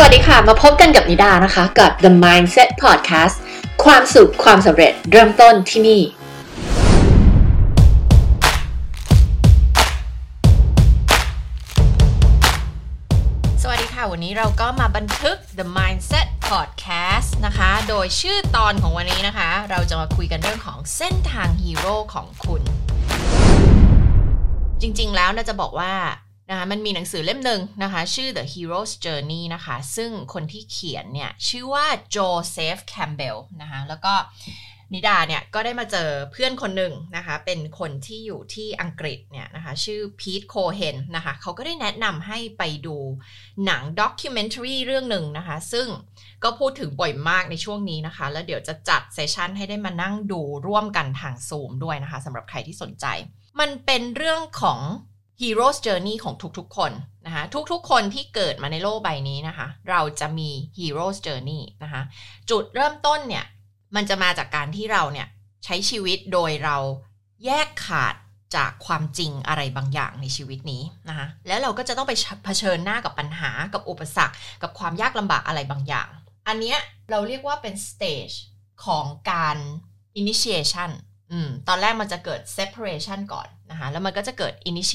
วัสดีค่ะมาพบกันกับนิดานะคะกับ The Mindset Podcast ความสุขความสำเร็จเริ่มต้นที่นี่สวัสดีค่ะวันนี้เราก็มาบันทึก The Mindset Podcast นะคะโดยชื่อตอนของวันนี้นะคะเราจะมาคุยกันเรื่องของเส้นทางฮีโร่ของคุณจริงๆแล้วน่าจะบอกว่านะคะมันมีหนังสือเล่มหนึ่งนะคะชื่อ The Hero's Journey นะคะซึ่งคนที่เขียนเนี่ยชื่อว่าโจเซฟแคมเบลนะคะแล้วก็นิดาเนี่ยก็ได้มาเจอเพื่อนคนหนึ่งนะคะเป็นคนที่อยู่ที่อังกฤษเนี่ยนะคะชื่อพีทโคเฮนนะคะเขาก็ได้แนะนำให้ไปดูหนังด็อกิเมนทารีเรื่องหนึ่งนะคะซึ่งก็พูดถึงบ่อยมากในช่วงนี้นะคะแล้วเดี๋ยวจะจัดเซสชันให้ได้มานั่งดูร่วมกันทาง Zoom ด้วยนะคะสำหรับใครที่สนใจมันเป็นเรื่องของHero's Journey ของทุกๆคนนะคะทุกๆคนที่เกิดมาในโลกใบนี้นะคะเราจะมี Hero's Journey นะคะจุดเริ่มต้นเนี่ยมันจะมาจากการที่เราเนี่ยใช้ชีวิตโดยเราแยกขาดจากความจริงอะไรบางอย่างในชีวิตนี้นะคะแล้วเราก็จะต้องไปเผชิญหน้ากับปัญหากับอุปสรรคกับความยากลำบากอะไรบางอย่างอันเนี้ยเราเรียกว่าเป็น stage ของการ initiationตอนแรกมันจะเกิด separation ก่อนนะคะแล้วมันก็จะเกิด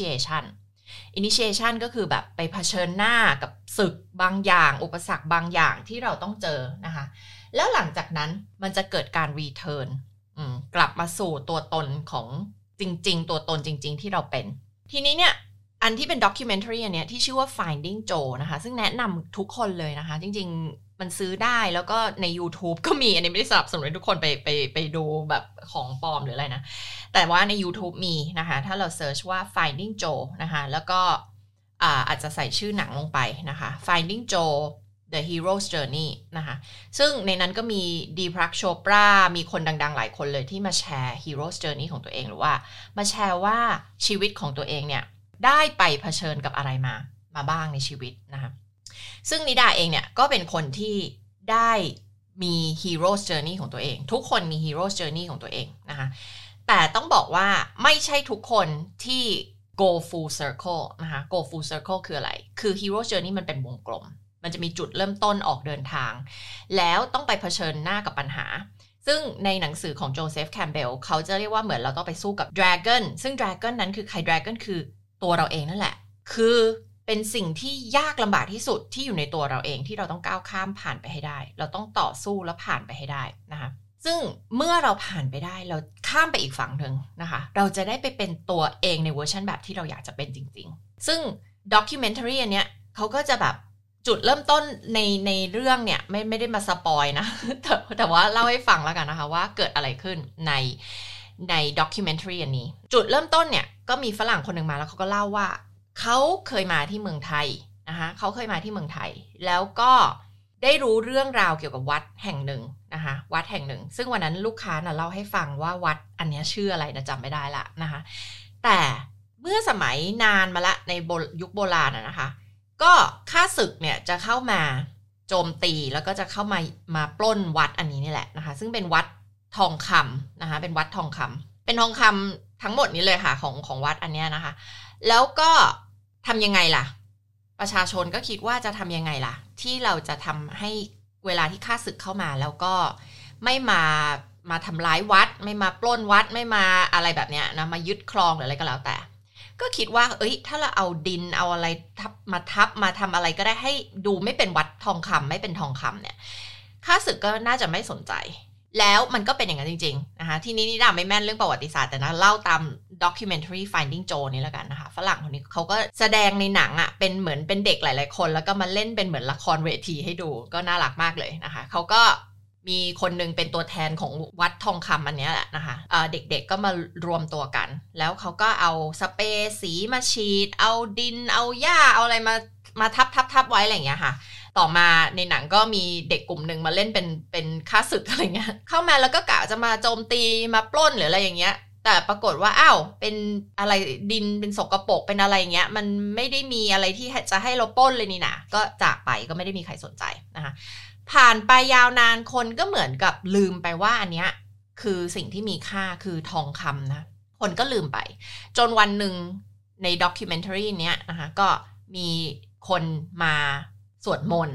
initiation ก็คือแบบไปเผชิญหน้ากับศึกบางอย่างอุปสรรคบางอย่างที่เราต้องเจอนะคะแล้วหลังจากนั้นมันจะเกิดการ return กลับมาสู่ตัวตนของจริงๆตัวตนจริงๆที่เราเป็นทีนี้เนี่ยอันที่เป็น documentary อันเนี้ยที่ชื่อว่า Finding Joe นะคะซึ่งแนะนำทุกคนเลยนะคะจริงๆมันซื้อได้แล้วก็ใน YouTube ก็มีอันนี้ไม่ได้สนับสนุนให้ทุกคนไปดูแบบของปลอมหรืออะไรนะแต่ว่าใน YouTube มีนะคะถ้าเราเซิร์ชว่า Finding Joe นะคะแล้วก็อาจจะใส่ชื่อหนังลงไปนะคะ Finding Joe The Hero's Journey นะคะซึ่งในนั้นก็มีดีพรักโชปรามีคนดังๆหลายคนเลยที่มาแชร์ Hero's Journey ของตัวเองหรือว่ามาแชร์ว่าชีวิตของตัวเองเนี่ยได้ไปเผชิญกับอะไรมาบ้างในชีวิตนะคะซึ่งนิดาเองเนี่ยก็เป็นคนที่ได้มี Hero's Journey ของตัวเองทุกคนมี Hero's Journey ของตัวเองนะคะแต่ต้องบอกว่าไม่ใช่ทุกคนที่ go full circle นะคะ go full circle คืออะไรคือ Hero's Journey มันเป็นวงกลมมันจะมีจุดเริ่มต้นออกเดินทางแล้วต้องไปเผชิญหน้ากับปัญหาซึ่งในหนังสือของโจเซฟแคมเบลเขาจะเรียกว่าเหมือนเราต้องไปสู้กับ Dragon ซึ่ง Dragon นั้นคือใคร Dragon คือตัวเราเองนั่นแหละคือเป็นสิ่งที่ยากลำบากที่สุดที่อยู่ในตัวเราเองที่เราต้องก้าวข้ามผ่านไปให้ได้เราต้องต่อสู้แล้วผ่านไปให้ได้นะคะซึ่งเมื่อเราผ่านไปได้เราข้ามไปอีกฝั่งหนึ่งนะคะเราจะได้ไปเป็นตัวเองในเวอร์ชันแบบที่เราอยากจะเป็นจริงๆซึ่งด็อกิเมนทารีอันเนี้ยเขาก็จะแบบจุดเริ่มต้นในเรื่องเนี่ยไม่ได้มาสปอยนะ แต่ว่าเล่าให้ฟังแล้วกันนะคะว่าเกิดอะไรขึ้นในด็อกิเมนทารีอันนี้จุดเริ่มต้นเนี่ยก็มีฝรั่งคนหนึ่งมาแล้วเขาก็เล่าว่าเขาเคยมาที่เมืองไทยนะคะเขาเคยมาที่เมืองไทยแล้วก็ได้รู้เรื่องราวเกี่ยวกับวัดแห่งหนึ่งนะคะวัดแห่งหนึ่งซึ่งวันนั้นลูกค้าน่ะเล่าให้ฟังว่าวัดอันนี้ชื่ออะไรนะจำไม่ได้ละนะคะแต่เมื่อสมัยนานมาละในยุคโบราณนะคะก็ข้าศึกเนี่ยจะเข้ามาโจมตีแล้วก็จะเข้ามาปล้นวัดอันนี้นี่แหละนะคะซึ่งเป็นวัดทองคำนะคะเป็นวัดทองคำเป็นทองคำทั้งหมดนี้เลยค่ะของวัดอันนี้นะคะแล้วก็ทำยังไงล่ะประชาชนก็คิดว่าจะทำยังไงล่ะที่เราจะทำให้เวลาที่ข้าศึกเข้ามาแล้วก็ไม่มาทำร้ายวัดไม่มาปล้นวัดไม่มาอะไรแบบเนี้ยนะมายึดครองหรืออะไรก็แล้วแต่ก็คิดว่าถ้าเราเอาดินเอาอะไรทับมาทำอะไรก็ได้ให้ดูไม่เป็นวัดทองคำไม่เป็นทองคำเนี่ยข้าศึกก็น่าจะไม่สนใจแล้วมันก็เป็นอย่างนั้นจริงๆนะคะทีนี้นิดาไม่แม่นเรื่องประวัติศาสตร์แต่นะเล่าตาม documentary Finding Joe นี่แล้วกันนะคะฝรั่งคนนี้เขาก็แสดงในหนังเป็นเหมือนเป็นเด็กหลายๆคนแล้วก็มาเล่นเป็นเหมือนละครเวทีให้ดูก็น่ารักมากเลยนะคะเขาก็มีคนนึงเป็นตัวแทนของวัดทองคำอันนี้แหละนะคะเด็กๆก็มารวมตัวกันแล้วเขาก็เอาสเปรย์สีมาฉีดเอาดินเอาหญ้าเอาอะไรมาทับไว้อะไรอย่างเงี้ยค่ะต่อมาในหนังก็มีเด็กกลุ่มหนึ่งมาเล่นเป็นข้าศึกอะไรเงี้ยเข้ามาแล้วก็กะจะมาโจมตีมาปล้นหรืออะไรอย่างเงี้ยแต่ปรากฏว่าเป็นอะไรดินเป็นสกปรกเป็นอะไรอย่างเงี้ยมันไม่ได้มีอะไรที่จะให้เราปล้นเลยนี่นะก็จากไปก็ไม่ได้มีใครสนใจนะคะผ่านไปยาวนานคนก็เหมือนกับลืมไปว่าอันเนี้ยคือสิ่งที่มีค่าคือทองคำนะคนก็ลืมไปจนวันหนึ่งในด็อกิเมนทารีเนี้ยนะคะก็มีคนมาสวดมนต์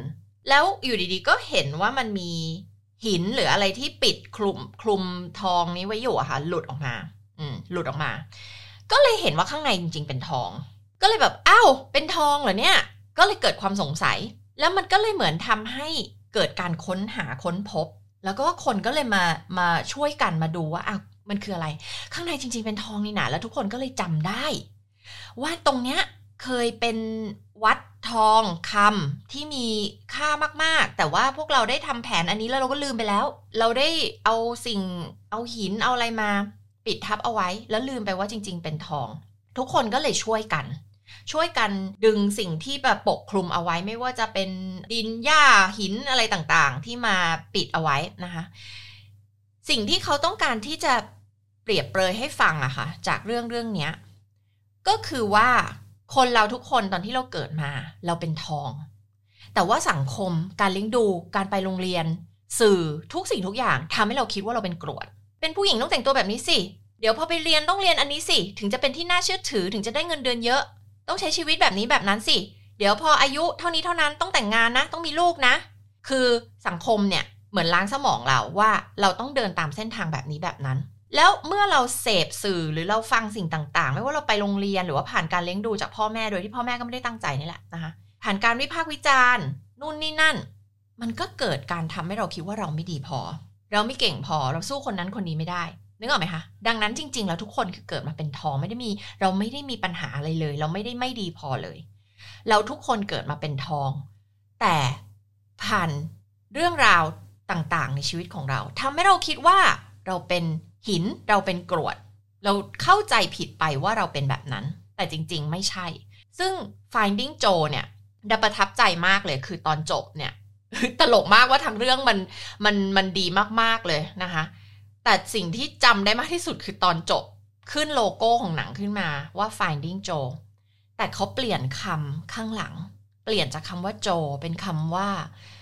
แล้วอยู่ดีๆก็เห็นว่ามันมีหินหรืออะไรที่ปิดคลุมทองนี้ไว้อยู่อะค่ะหลุดออกมาหลุดออกมาก็เลยเห็นว่าข้างในจริงๆเป็นทองก็เลยแบบอ้าวเป็นทองเหรอเนี่ยก็เลยเกิดความสงสัยแล้วมันก็เลยเหมือนทำให้เกิดการค้นหาค้นพบแล้วก็คนก็เลยมาช่วยกันมาดูว่าอ้าวมันคืออะไรข้างในจริงๆเป็นทองนี่นะแล้วทุกคนก็เลยจำได้ว่าตรงเนี้ยเคยเป็นวัดทองคำที่มีค่ามากๆแต่ว่าพวกเราได้ทำแผนอันนี้แล้วเราก็ลืมไปแล้วเราได้เอาหินเอาอะไรมาปิดทับเอาไว้แล้วลืมไปว่าจริงๆเป็นทองทุกคนก็เลยช่วยกันดึงสิ่งที่แบบปกคลุมเอาไว้ไม่ว่าจะเป็นดินหญ้าหินอะไรต่างๆที่มาปิดเอาไว้นะคะสิ่งที่เขาต้องการที่จะเปรียบเปรยให้ฟังอะค่ะจากเรื่องนี้ก็คือว่าคนเราทุกคนตอนที่เราเกิดมาเราเป็นทองแต่ว่าสังคมการเลี้ยงดูการไปโรงเรียนสื่อทุกสิ่งทุกอย่างทำให้เราคิดว่าเราเป็นกรวดเป็นผู้หญิงต้องแต่งตัวแบบนี้สิเดี๋ยวพอไปเรียนต้องเรียนอันนี้สิถึงจะเป็นที่น่าเชื่อถือถึงจะได้เงินเดือนเยอะต้องใช้ชีวิตแบบนี้แบบนั้นสิเดี๋ยวพออายุเท่านี้เท่านั้นต้องแต่งงานนะต้องมีลูกนะคือสังคมเนี่ยเหมือนล้างสมองเราว่าเราต้องเดินตามเส้นทางแบบนี้แบบนั้นแล้วเมื่อเราเสพสื่อหรือเราฟังสิ่งต่างๆไม่ว่าเราไปโรงเรียนหรือว่าผ่านการเลี้ยงดูจากพ่อแม่โดยที่พ่อแม่ก็ไม่ได้ตั้งใจนี่แหละนะคะผ่านการวิพากษ์วิจารณ์นู่นนี่นั่นมันก็เกิดการทำให้เราคิดว่าเราไม่ดีพอเราไม่เก่งพอเราสู้คนนั้นคนนี้ไม่ได้นึกออกไหมคะดังนั้นจริงๆแล้วทุกคนคือเกิดมาเป็นทองเราไม่ได้มีปัญหาอะไรเลยเราไม่ได้ไม่ดีพอเลยเราทุกคนเกิดมาเป็นทองแต่ผ่านเรื่องราวต่างๆในชีวิตของเราทำให้เราคิดว่าเราเป็นหินเราเป็นกรวดเราเข้าใจผิดไปว่าเราเป็นแบบนั้นแต่จริงๆไม่ใช่ซึ่ง Finding Joe เนี่ยได้ประทับใจมากเลยคือตอนจบเนี่ยตลกมากว่าทั้งเรื่องมันดีมากๆเลยนะคะแต่สิ่งที่จำได้มากที่สุดคือตอนจบขึ้นโลโก้ของหนังขึ้นมาว่า Finding Joe แต่เขาเปลี่ยนคำข้างหลังเปลี่ยนจากคำว่า Joe เป็นคำว่า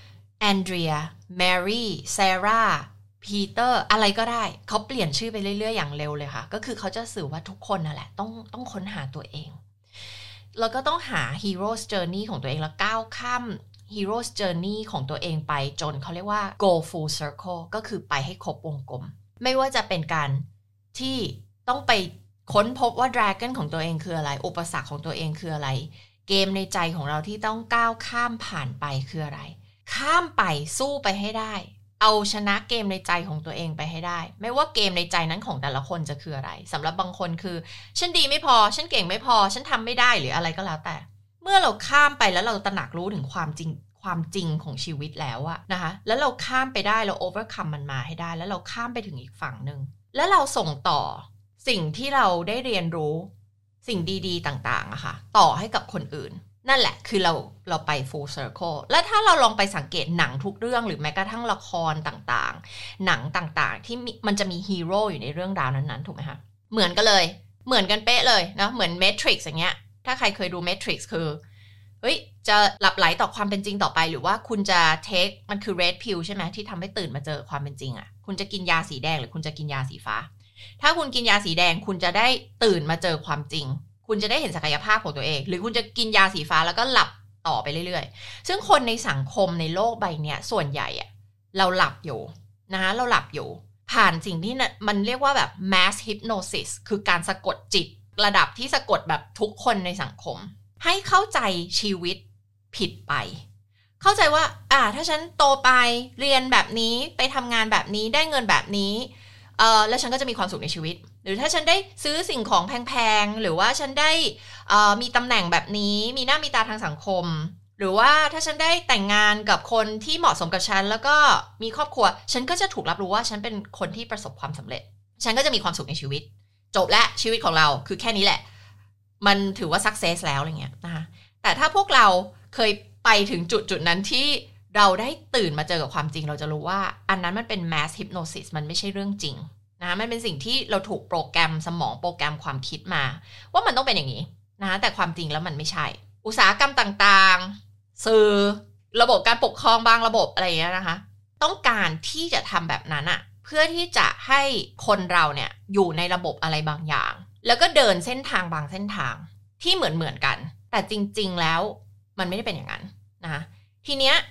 Andrea Mary Sarah Peter อะไรก็ได้เขาเปลี่ยนชื่อไปเรื่อยๆอย่างเร็วเลยค่ะก็คือเขาจะสื่อว่าทุกคนนั่นแหละต้องค้นหาตัวเองแล้วก็ต้องหา Hero's Journey ของตัวเองแล้วก้าวข้าม Hero's Journey ของตัวเองไปจนเขาเรียกว่า Go Full Circle ก็คือไปให้ครบวงกลมไม่ว่าจะเป็นการที่ต้องไปค้นพบว่า Dragon ของตัวเองคืออะไรอุปสรรคของตัวเองคืออะไรเกมในใจของเราที่ต้องก้าวข้ามผ่านไปคืออะไรข้ามไปสู้ไปให้ได้เอาชนะเกมในใจของตัวเองไปให้ได้ไม่ว่าเกมในใจนั้นของแต่ละคนจะคืออะไรสำหรับบางคนคือฉันดีไม่พอฉันเก่งไม่พอฉันทำไม่ได้หรืออะไรก็แล้วแต่เมื่อเราข้ามไปแล้วเราตระหนักรู้ถึงความจริงของชีวิตแล้วอะนะคะแล้วเราข้ามไปได้เรา overcome มันมาให้ได้แล้วเราข้ามไปถึงอีกฝั่งนึงแล้วเราส่งต่อสิ่งที่เราได้เรียนรู้สิ่งดีๆต่างๆอะค่ะต่อให้กับคนอื่นนั่นแหละคือเราไป full circle และถ้าเราลองไปสังเกตหนังทุกเรื่องหรือแม้กระทั่งละครต่างๆหนังต่างๆที่มันจะมีฮีโร่อยู่ในเรื่องราวนั้นๆถูกไหมคะเหมือนกันเลยเหมือนกันเป๊ะเลยนะเหมือน Matrix อย่างเงี้ยถ้าใครเคยดู Matrix คือเฮ้ยจะหลับไหลต่อความเป็นจริงต่อไปหรือว่าคุณจะ take มันคือ red pill ใช่ไหมที่ทำให้ตื่นมาเจอความเป็นจริงอ่ะคุณจะกินยาสีแดงหรือคุณจะกินยาสีฟ้าถ้าคุณกินยาสีแดงคุณจะได้ตื่นมาเจอความจริงคุณจะได้เห็นศักยภาพของตัวเองหรือคุณจะกินยาสีฟ้าแล้วก็หลับต่อไปเรื่อยๆซึ่งคนในสังคมในโลกใบนี้ส่วนใหญ่อะเราหลับอยู่นะคะเราหลับอยู่ผ่านสิ่งที่มันเรียกว่าแบบ mass hypnosis คือการสะกดจิตระดับที่สะกดแบบทุกคนในสังคมให้เข้าใจชีวิตผิดไปเข้าใจว่าถ้าฉันโตไปเรียนแบบนี้ไปทำงานแบบนี้ได้เงินแบบนี้แล้วฉันก็จะมีความสุขในชีวิตหรือถ้าฉันได้ซื้อสิ่งของแพงๆหรือว่าฉันได้มีตำแหน่งแบบนี้มีหน้ามีตาทางสังคมหรือว่าถ้าฉันได้แต่งงานกับคนที่เหมาะสมกับฉันแล้วก็มีครอบครัวฉันก็จะถูกรับรู้ว่าฉันเป็นคนที่ประสบความสำเร็จฉันก็จะมีความสุขในชีวิตจบและชีวิตของเราคือแค่นี้แหละมันถือว่า success แล้วอะไรเงี้ยนะคะแต่ถ้าพวกเราเคยไปถึงจุดนั้นที่เราได้ตื่นมาเจอกับความจริงเราจะรู้ว่าอันนั้นมันเป็น mass hypnosis มันไม่ใช่เรื่องจริงนะมันเป็นสิ่งที่เราถูกโปรแกรมสมองโปรแกรมความคิดมาว่ามันต้องเป็นอย่างนี้นะแต่ความจริงแล้วมันไม่ใช่อุตสาหกรรมต่างๆสื่อระบบการปกครองบางระบบอะไรอย่างเงี้ยนะคะต้องการที่จะทำแบบนั้นอะเพื่อที่จะให้คนเราเนี่ยอยู่ในระบบอะไรบางอย่างแล้วก็เดินเส้นทางบางเส้นทางที่เหมือนกันแต่จริงๆแล้วมันไม่ได้เป็นอย่างนั้นนะคะทีเนี้ย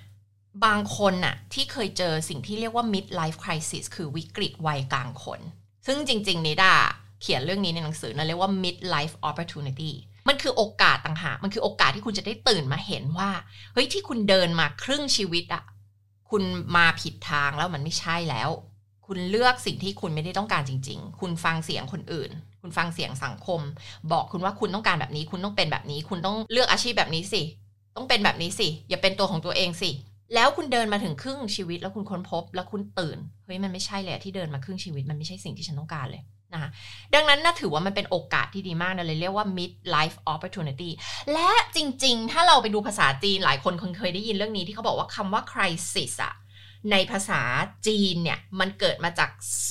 บางคนน่ะที่เคยเจอสิ่งที่เรียกว่า mid life crisis คือวิกฤตวัยกลางคนซึ่งจริงๆนิดาเขียนเรื่องนี้ในหนังสือนะเรียกว่า mid life opportunity มันคือโอกาสต่างหากมันคือโอกาสที่คุณจะได้ตื่นมาเห็นว่าเฮ้ยที่คุณเดินมาครึ่งชีวิตอะคุณมาผิดทางแล้วมันไม่ใช่แล้วคุณเลือกสิ่งที่คุณไม่ได้ต้องการจริงๆคุณฟังเสียงคนอื่นคุณฟังเสียงสังคมบอกคุณว่าคุณต้องการแบบนี้คุณต้องเป็นแบบนี้คุณต้องเลือกอาชีพแบบนี้สิต้องเป็นแบบนี้สิอย่าเป็นตัวของตัวเองสิแล้วคุณเดินมาถึงครึ่งชีวิตแล้วคุณค้นพบแล้วคุณตื่นเฮ้ยมันไม่ใช่เลยที่เดินมาครึ่งชีวิตมันไม่ใช่สิ่งที่ฉันต้องการเลยนะคะดังนั้นน่าถือว่ามันเป็นโอกาสที่ดีมากนะเลยเรียกว่า mid life opportunity และจริงๆถ้าเราไปดูภาษาจีนหลายคนเคยได้ยินเรื่องนี้ที่เขาบอกว่าคำว่า crisis อะในภาษาจีนเนี่ยมันเกิดมาจาก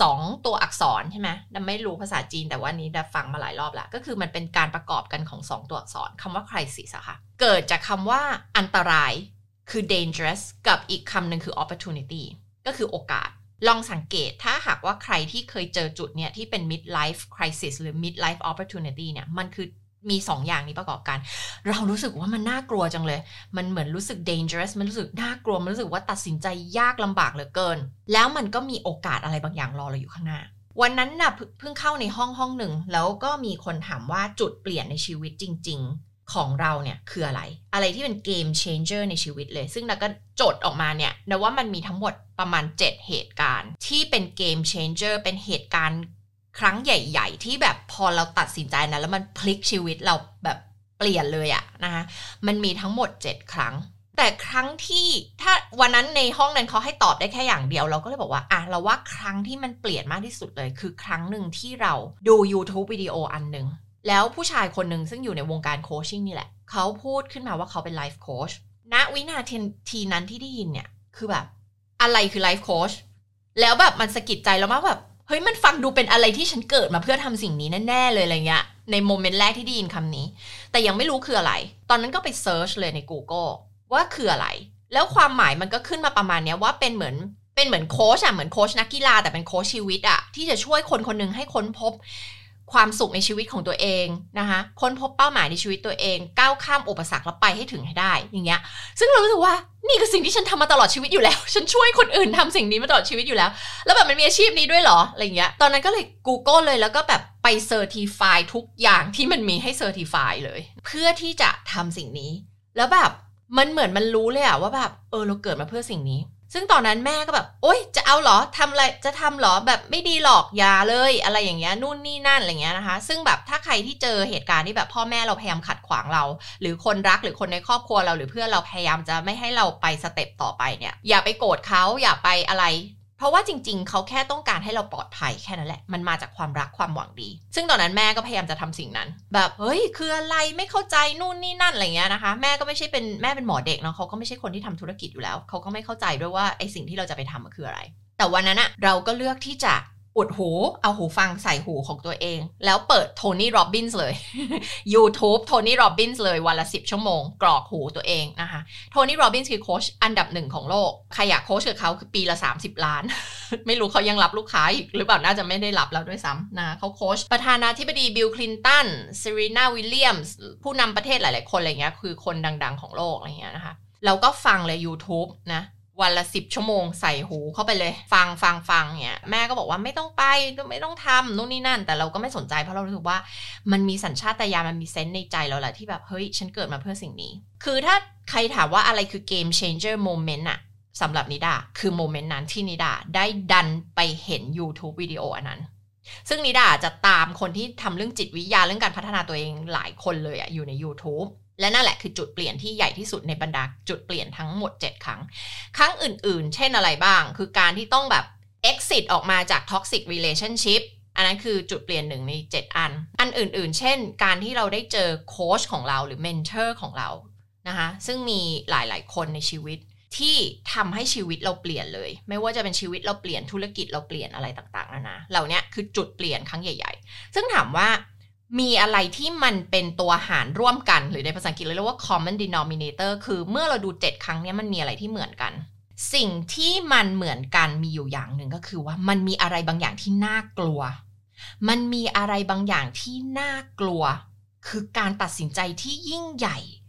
2ตัวอักษรใช่ไหมเราไม่รู้ภาษาจีนแต่ว่านี้ได้ฟังมาหลายรอบแล้วก็คือมันเป็นการประกอบกันของ2ตัวอักษรคำว่า crisis อะค่ะเกิดจากคำว่าอันตรายคือ dangerous กับอีกคำหนึ่งคือ opportunity ก็คือโอกาสลองสังเกตถ้าหากว่าใครที่เคยเจอจุดเนี่ยที่เป็น mid life crisis หรือ mid life opportunity เนี่ยมันคือมี2อย่างนี้ประกอบกันเรารู้สึกว่ามันน่ากลัวจังเลยมันเหมือนรู้สึก dangerous มันรู้สึกน่ากลัวมันรู้สึกว่าตัดสินใจยากลำบากเหลือเกินแล้วมันก็มีโอกาสอะไรบางอย่างรอเราอยู่ข้างหน้าวันนั้นน่ะเพิ่งเข้าในห้องหนึ่งแล้วก็มีคนถามว่าจุดเปลี่ยนในชีวิตจริงๆของเราเนี่ยคืออะไรที่เป็น game changer ในชีวิตเลยซึ่งเราก็จดออกมาเนี่ยนะว่ามันมีทั้งหมดประมาณ7เหตุการณ์ที่เป็น game changer เป็นเหตุการณ์ครั้งใหญ่ๆที่แบบพอเราตัดสินใจนะแล้วมันพลิกชีวิตเราแบบเปลี่ยนเลยอะนะคะมันมีทั้งหมด7ครั้งแต่ครั้งที่ถ้าวันนั้นในห้องนั้นเขาให้ตอบได้แค่อย่างเดียวเราก็เลยบอกว่าเราว่าครั้งที่มันเปลี่ยนมากที่สุดเลยคือครั้งหนึ่งที่เราดู YouTube วิดีโออันนึงแล้วผู้ชายคนหนึ่งซึ่งอยู่ในวงการโคชชิ่งนี่แหละเขาพูดขึ้นมาว่าเขาเป็นไลฟ์โค้ชณวินาทีนั้นที่ได้ยินเนี่ยคือแบบอะไรคือไลฟ์โค้ชแล้วแบบมันสะกิดใจเรามากแบบเฮ้ยมันฟังดูเป็นอะไรที่ฉันเกิดมาเพื่อทำสิ่งนี้แน่ๆเลยอะไรเงี้ยในโมเมนต์แรกที่ได้ยินคำนี้แต่ยังไม่รู้คืออะไรตอนนั้นก็ไปเซิร์ชเลยใน Google ว่าคืออะไรแล้วความหมายมันก็ขึ้นมาประมาณเนี้ยว่าเป็นเหมือนโค้ชอะเหมือนโค้ชนักกีฬาแต่เป็นโค้ชชีวิตอะที่จะช่วยคนคนนึงให้ค้นพบความสุขในชีวิตของตัวเองนะคะค้นพบเป้าหมายในชีวิตตัวเองก้าวข้ามอุปสรรคแล้วไปให้ถึงให้ได้อย่างเงี้ยซึ่งเรารู้สึกว่านี่คือสิ่งที่ฉันทำมาตลอดชีวิตอยู่แล้วฉันช่วยคนอื่นทำสิ่งนี้มาตลอดชีวิตอยู่แล้วแล้วแบบมันมีอาชีพนี้ด้วยเหรออะไรเงี้ยตอนนั้นก็เลย Google เลยแล้วก็แบบไปเซอร์ติฟายทุกอย่างที่มันมีให้เซอร์ติฟายเลยเพื่อที่จะทำสิ่งนี้แล้วแบบมันเหมือนมันรู้เลยอะว่าแบบเราเกิดมาเพื่อสิ่งนี้ซึ่งตอนนั้นแม่ก็แบบโอ๊ยจะเอาเหรอทำอะไรจะทำเหรอแบบไม่ดีหรอกอย่าเลยอะไรอย่างเงี้ยนู่นนี่นั่นอะไรเงี้ยนะคะซึ่งแบบถ้าใครที่เจอเหตุการณ์ที่แบบพ่อแม่เราพยายามขัดขวางเราหรือคนรักหรือคนในครอบครัวเราหรือเพื่อนเราพยายามจะไม่ให้เราไปสเต็ปต่อไปเนี่ยอย่าไปโกรธเขาอย่าไปอะไรเพราะว่าจริงๆเขาแค่ต้องการให้เราปลอดภัยแค่นั้นแหละมันมาจากความรักความหวังดีซึ่งตอนนั้นแม่ก็พยายามจะทำสิ่งนั้นแบบเฮ้ยคืออะไรไม่เข้าใจนู่นนี่นั่นอะไรเงี้ยนะคะแม่ก็ไม่ใช่เป็นแม่เป็นหมอเด็กเนาะเขาก็ไม่ใช่คนที่ทำธุรกิจอยู่แล้วเขาก็ไม่เข้าใจด้วยว่าไอสิ่งที่เราจะไปทำมันคืออะไรแต่วันนั้นอะเราก็เลือกที่จะอุดหูเอาหูฟังใส่หูของตัวเองแล้วเปิดโทนี่โรบินส์เลย YouTube โทนี่โรบินส์เลยวันละ10 ชั่วโมงกรอกหูตัวเองนะคะโทนี่โรบินส์คือโค้ชอันดับ1ของโลกใครอยากโค้ชกับเขาคือปีละ30 ล้าน ไม่รู้เขายังรับลูกค้าอีกหรือเปล่าน่าจะไม่ได้รับแล้วด้วยซ้ำนะเขาโค้ชประธานาธิบดีบิลคลินตันเซรีนาวิลเลียมส์ผู้นำประเทศหลายๆคนอะไรเงี้ยคือคนดังๆของโลกอะไรเงี้ยนะคะเราก็ฟังเลย YouTube นะวันละ10 ชั่วโมงใส่หูเข้าไปเลยฟังเนี่ยแม่ก็บอกว่าไม่ต้องไปก็ไม่ต้องทำนู่นนี่นั่นแต่เราก็ไม่สนใจเพราะเรารู้สึกว่ามันมีสัญชาตญาณมันมีเซนส์ในใจเราแหละที่แบบเฮ้ยฉันเกิดมาเพื่อสิ่งนี้คือถ้าใครถามว่าอะไรคือ game changer moment อะสำหรับนิดาคือโมเมนต์นั้นที่นิดาได้ดันไปเห็น YouTube วิดีโออันนั้นซึ่งนิดาจะตามคนที่ทำเรื่องจิตวิทยาเรื่องการพัฒนาตัวเองหลายคนเลยอะอยู่ใน YouTubeและนั่นแหละคือจุดเปลี่ยนที่ใหญ่ที่สุดในบรรดาจุดเปลี่ยนทั้งหมด7 ครั้งครั้งอื่นๆเช่นอะไรบ้างคือการที่ต้องแบบ exit ออกมาจาก toxic relationship อันนั้นคือจุดเปลี่ยน1ใน7อันอื่นๆเช่นการที่เราได้เจอโค้ชของเราหรือเมนเทอร์ของเรานะคะซึ่งมีหลายๆคนในชีวิตที่ทำให้ชีวิตเราเปลี่ยนเลยไม่ว่าจะเป็นชีวิตเราเปลี่ยนธุรกิจเราเปลี่ยนอะไรต่างๆนะเหล่านี้คือจุดเปลี่ยนครั้งใหญ่ๆซึ่งถามว่ามีอะไรที่มันเป็นตัวหารร่วมกันหรือในภาษาอังกฤษเรียกว่า common denominator คือเมื่อเราดู7 ครั้งนี้มันมีอะไรที่เหมือนกันสิ่งที่มันเหมือนกันมีอยู่อย่างหนึ่งก็คือว่ามันมีอะไรบางอย่างที่น่ากลัวมันมีอะไรบางอย่างที่น่ากลัวคือการตัดสินใจที่ยิ่งใหญ่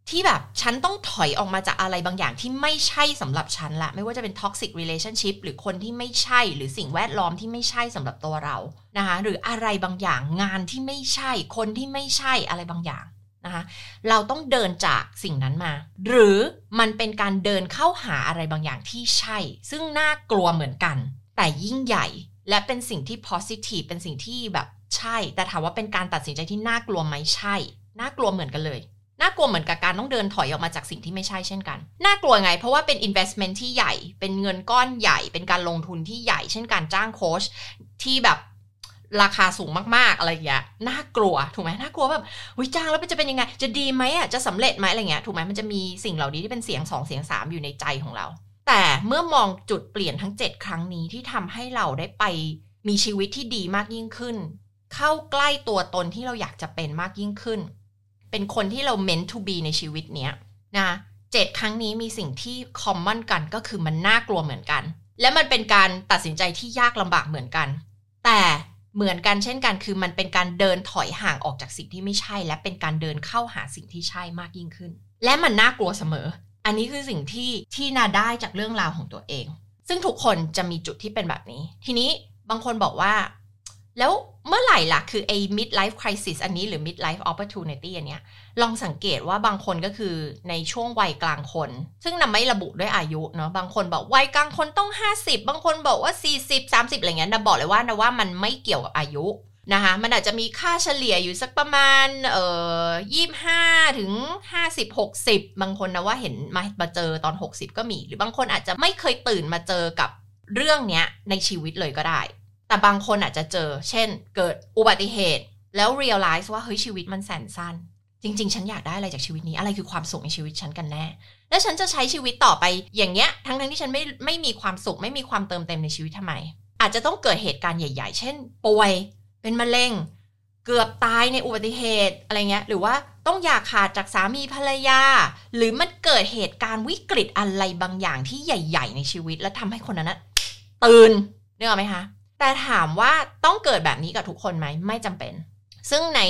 ที่แบบฉันต้องถอยออกมาจากอะไรบางอย่างที่ไม่ใช่สำหรับฉันละไม่ว่าจะเป็น toxic relationship หรือคนที่ไม่ใช่หรือสิ่งแวดล้อมที่ไม่ใช่สำหรับตัวเรานะคะหรืออะไรบางอย่างงานที่ไม่ใช่คนที่ไม่ใช่อะไรบางอย่างนะคะเราต้องเดินจากสิ่งนั้นมาหรือมันเป็นการเดินเข้าหาอะไรบางอย่างที่ใช่ซึ่งน่ากลัวเหมือนกันแต่ยิ่งใหญ่และเป็นสิ่งที่ positive เป็นสิ่งที่แบบใช่แต่ถามว่าเป็นการตัดสินใจที่น่ากลัวไหมใช่น่ากลัวเหมือนกันเลยน่ากลัวเหมือนกับการต้องเดินถอยออกมาจากสิ่งที่ไม่ใช่เช่นกันน่ากลัวไงเพราะว่าเป็น investment ที่ใหญ่เป็นเงินก้อนใหญ่เป็นการลงทุนที่ใหญ่เช่นการจ้างโค้ชที่แบบราคาสูงมากๆอะไรอย่างเงี้ยน่ากลัวถูกไหมน่ากลัวแบบจ้างแล้วจะเป็นยังไงจะดีไหมอ่ะจะสำเร็จไหมอะไรเงี้ยถูกไหมมันจะมีสิ่งเหล่านี้ที่เป็นเสียง2เสียง3อยู่ในใจของเราแต่เมื่อมองจุดเปลี่ยนทั้ง7ครั้งนี้ที่ทำให้เราได้ไปมีชีวิตที่ดีมากยิ่งขึ้นเข้าใกล้ตัวตนที่เราอยากจะเป็นมากยิ่งขึ้นเป็นคนที่เรา meant to be ในชีวิตเนี้ยนะ7ครั้งนี้มีสิ่งที่ common กันก็คือมันน่ากลัวเหมือนกันและมันเป็นการตัดสินใจที่ยากลำบากเหมือนกันแต่เหมือนกันเช่นกันคือมันเป็นการเดินถอยห่างออกจากสิ่งที่ไม่ใช่และเป็นการเดินเข้าหาสิ่งที่ใช่มากยิ่งขึ้นและมันน่ากลัวเสมออันนี้คือสิ่งที่นาได้จากเรื่องราวของตัวเองซึ่งทุกคนจะมีจุดที่เป็นแบบนี้ทีนี้บางคนบอกว่าแล้วเมื่อไหร่ล่ะคือไอ้ mid life crisis อันนี้หรือ mid life opportunity อันเนี้ยลองสังเกตว่าบางคนก็คือในช่วงวัยกลางคนซึ่งนำไม่ระบุด้วยอายุเนาะบางคนบอกวัยกลางคนต้อง50บางคนบอกว่า40 30อะไรเงี้ยนะบอกเลยว่ามันไม่เกี่ยวกับอายุนะคะมันอาจจะมีค่าเฉลี่ยอยู่สักประมาณ25ถึง50 60บางคนนะว่าเห็นมาเจอตอน60ก็มีหรือบางคนอาจจะไม่เคยตื่นมาเจอกับเรื่องเนี้ยในชีวิตเลยก็ได้แต่บางคนอาจจะเจอเช่นเกิดอุบัติเหตุแล้ว realize ว่าเฮ้ยชีวิตมันแสนสั้นจริงๆฉันอยากได้อะไรจากชีวิตนี้อะไรคือความสุขในชีวิตฉันกันแน่แล้วฉันจะใช้ชีวิตต่อไปอย่างเงี้ยทั้งที่ฉันไม่มีความสุขไม่มีความเติมเต็มในชีวิตทำไมอาจจะต้องเกิดเหตุการณ์ใหญ่ๆเช่นป่วยเป็นมะเร็งเกือบตายในอุบัติเหตุอะไรเงี้ยหรือว่าต้องอย่าขาดจากสามีภรรยาหรือมันเกิดเหตุการณ์วิกฤตอะไรบางอย่างที่ใหญ่ๆในชีวิตแล้วทำให้คนนั้นตื่นนึกออกไหมคะแต่ถามว่าต้องเกิดแบบนี้กับทุกคนไหมไม่จำเป็นซึ่งใน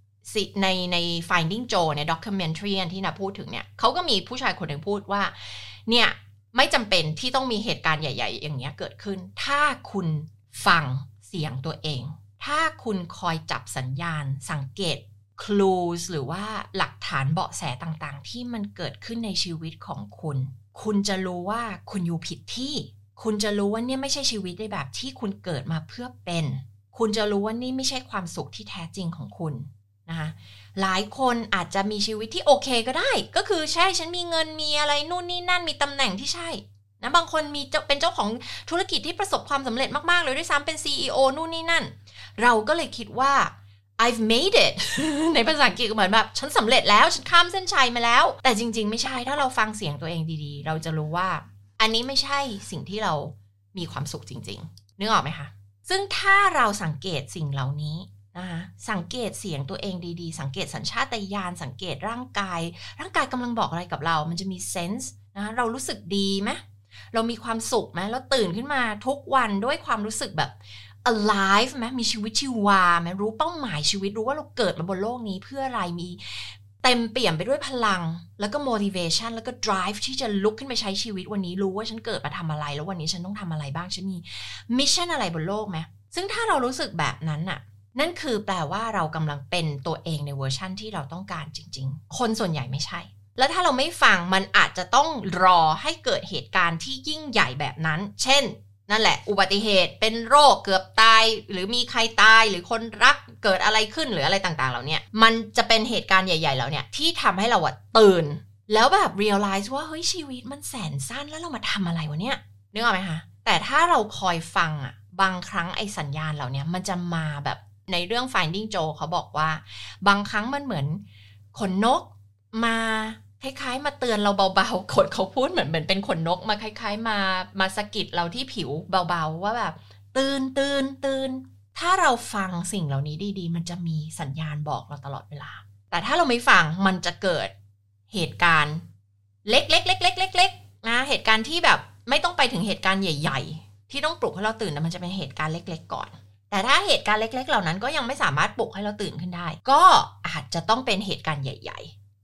Finding Joe ใน documentary ที่นะพูดถึงเนี่ยเขาก็มีผู้ชายคนหนึ่งพูดว่าเนี่ยไม่จำเป็นที่ต้องมีเหตุการณ์ใหญ่ๆอย่างเงี้ยเกิดขึ้นถ้าคุณฟังเสียงตัวเองถ้าคุณคอยจับสัญญาณสังเกต clues หรือว่าหลักฐานเบาะแสต่างๆที่มันเกิดขึ้นในชีวิตของคุณจะรู้ว่าคุณอยู่ผิดที่คุณจะรู้ว่าเนี่ยไม่ใช่ชีวิตในแบบที่คุณเกิดมาเพื่อเป็นคุณจะรู้ว่านี่ไม่ใช่ความสุขที่แท้จริงของคุณนะคะหลายคนอาจจะมีชีวิตที่โอเคก็ได้ก็คือใช่ฉันมีเงินมีอะไรนู่นนี่นั่นมีตำแหน่งที่ใช่นะบางคนเป็นเจ้าของธุรกิจที่ประสบความสำเร็จมากๆเลยด้วยซ้ำเป็น CEO นู่นนี่นั่นเราก็เลยคิดว่า I've made it ในภาษาอังกฤษก็เหมือนแบบฉันสำเร็จแล้วฉันข้ามเส้นชัยมาแล้วแต่จริงๆไม่ใช่ถ้าเราฟังเสียงตัวเองดีๆเราจะรู้ว่าอันนี้ไม่ใช่สิ่งที่เรามีความสุขจริงๆนึกออกไหมคะซึ่งถ้าเราสังเกตสิ่งเหล่านี้นะคะสังเกตเสียงตัวเองดีๆสังเกตสัญชาตญาณสังเกตร่างกายกำลังบอกอะไรกับเรามันจะมีเซนส์นะเรารู้สึกดีไหมเรามีความสุขไหมเราตื่นขึ้นมาทุกวันด้วยความรู้สึกแบบ alive ไหมมีชีวิตชีวาไหมรู้เป้าหมายชีวิตรู้ว่าเราเกิดมาบนโลกนี้เพื่ออะไรมีเต็มเปี่ยมไปด้วยพลังแล้วก็ motivation แล้วก็ drive ที่จะลุกขึ้นไปใช้ชีวิตวันนี้รู้ว่าฉันเกิดมาทำอะไรแล้ววันนี้ฉันต้องทำอะไรบ้างฉันมี mission อะไรบนโลกไหมซึ่งถ้าเรารู้สึกแบบนั้นน่ะนั่นคือแปลว่าเรากำลังเป็นตัวเองในเวอร์ชั่นที่เราต้องการจริงๆคนส่วนใหญ่ไม่ใช่แล้วถ้าเราไม่ฟังมันอาจจะต้องรอให้เกิดเหตุการณ์ที่ยิ่งใหญ่แบบนั้นเช่นนั่นแหละอุบัติเหตุเป็นโรคเกือบตายหรือมีใครตายหรือคนรักเกิดอะไรขึ้นหรืออะไรต่างๆเหล่านี้มันจะเป็นเหตุการณ์ใหญ่ๆแล้วเนี่ยที่ทำให้เราตื่นแล้วแบบ realize ว่าเฮ้ยชีวิตมันแสนสั้นแล้วเรามาทำอะไรวะเนี่ยนึกออกไหมคะแต่ถ้าเราคอยฟังบางครั้งไอ้สัญญาณเหล่านี้มันจะมาแบบในเรื่อง Finding Joe เขาบอกว่าบางครั้งมันเหมือนขนนกมาคล้ายๆมาเตือนเราเบาๆคนเขาพูดเหมือนเป็นขนนกมาคล้ายๆมาสะกิดเราที่ผิวเบาๆว่าแบบตื่นถ้าเราฟังสิ่งเหล่านี้ดีๆมันจะมีสัญญาณบอกเราตลอดเวลาแต่ถ้าเราไม่ฟังมันจะเกิดเหตุการณ์เล็กๆๆๆๆนะเหตุการณ์ที่แบบไม่ต้องไปถึงเหตุการณ์ใหญ่ๆที่ต้องปลุกให้เราตื่นแต่มันจะเป็นเหตุการณ์เล็กๆก่อนแต่ถ้าเหตุการณ์เล็กๆเหล่านั้นก็ยังไม่สามารถปลุกให้เราตื่นขึ้นได้ก็อาจจะต้องเป็นเหตุการณ์ใหญ่ๆ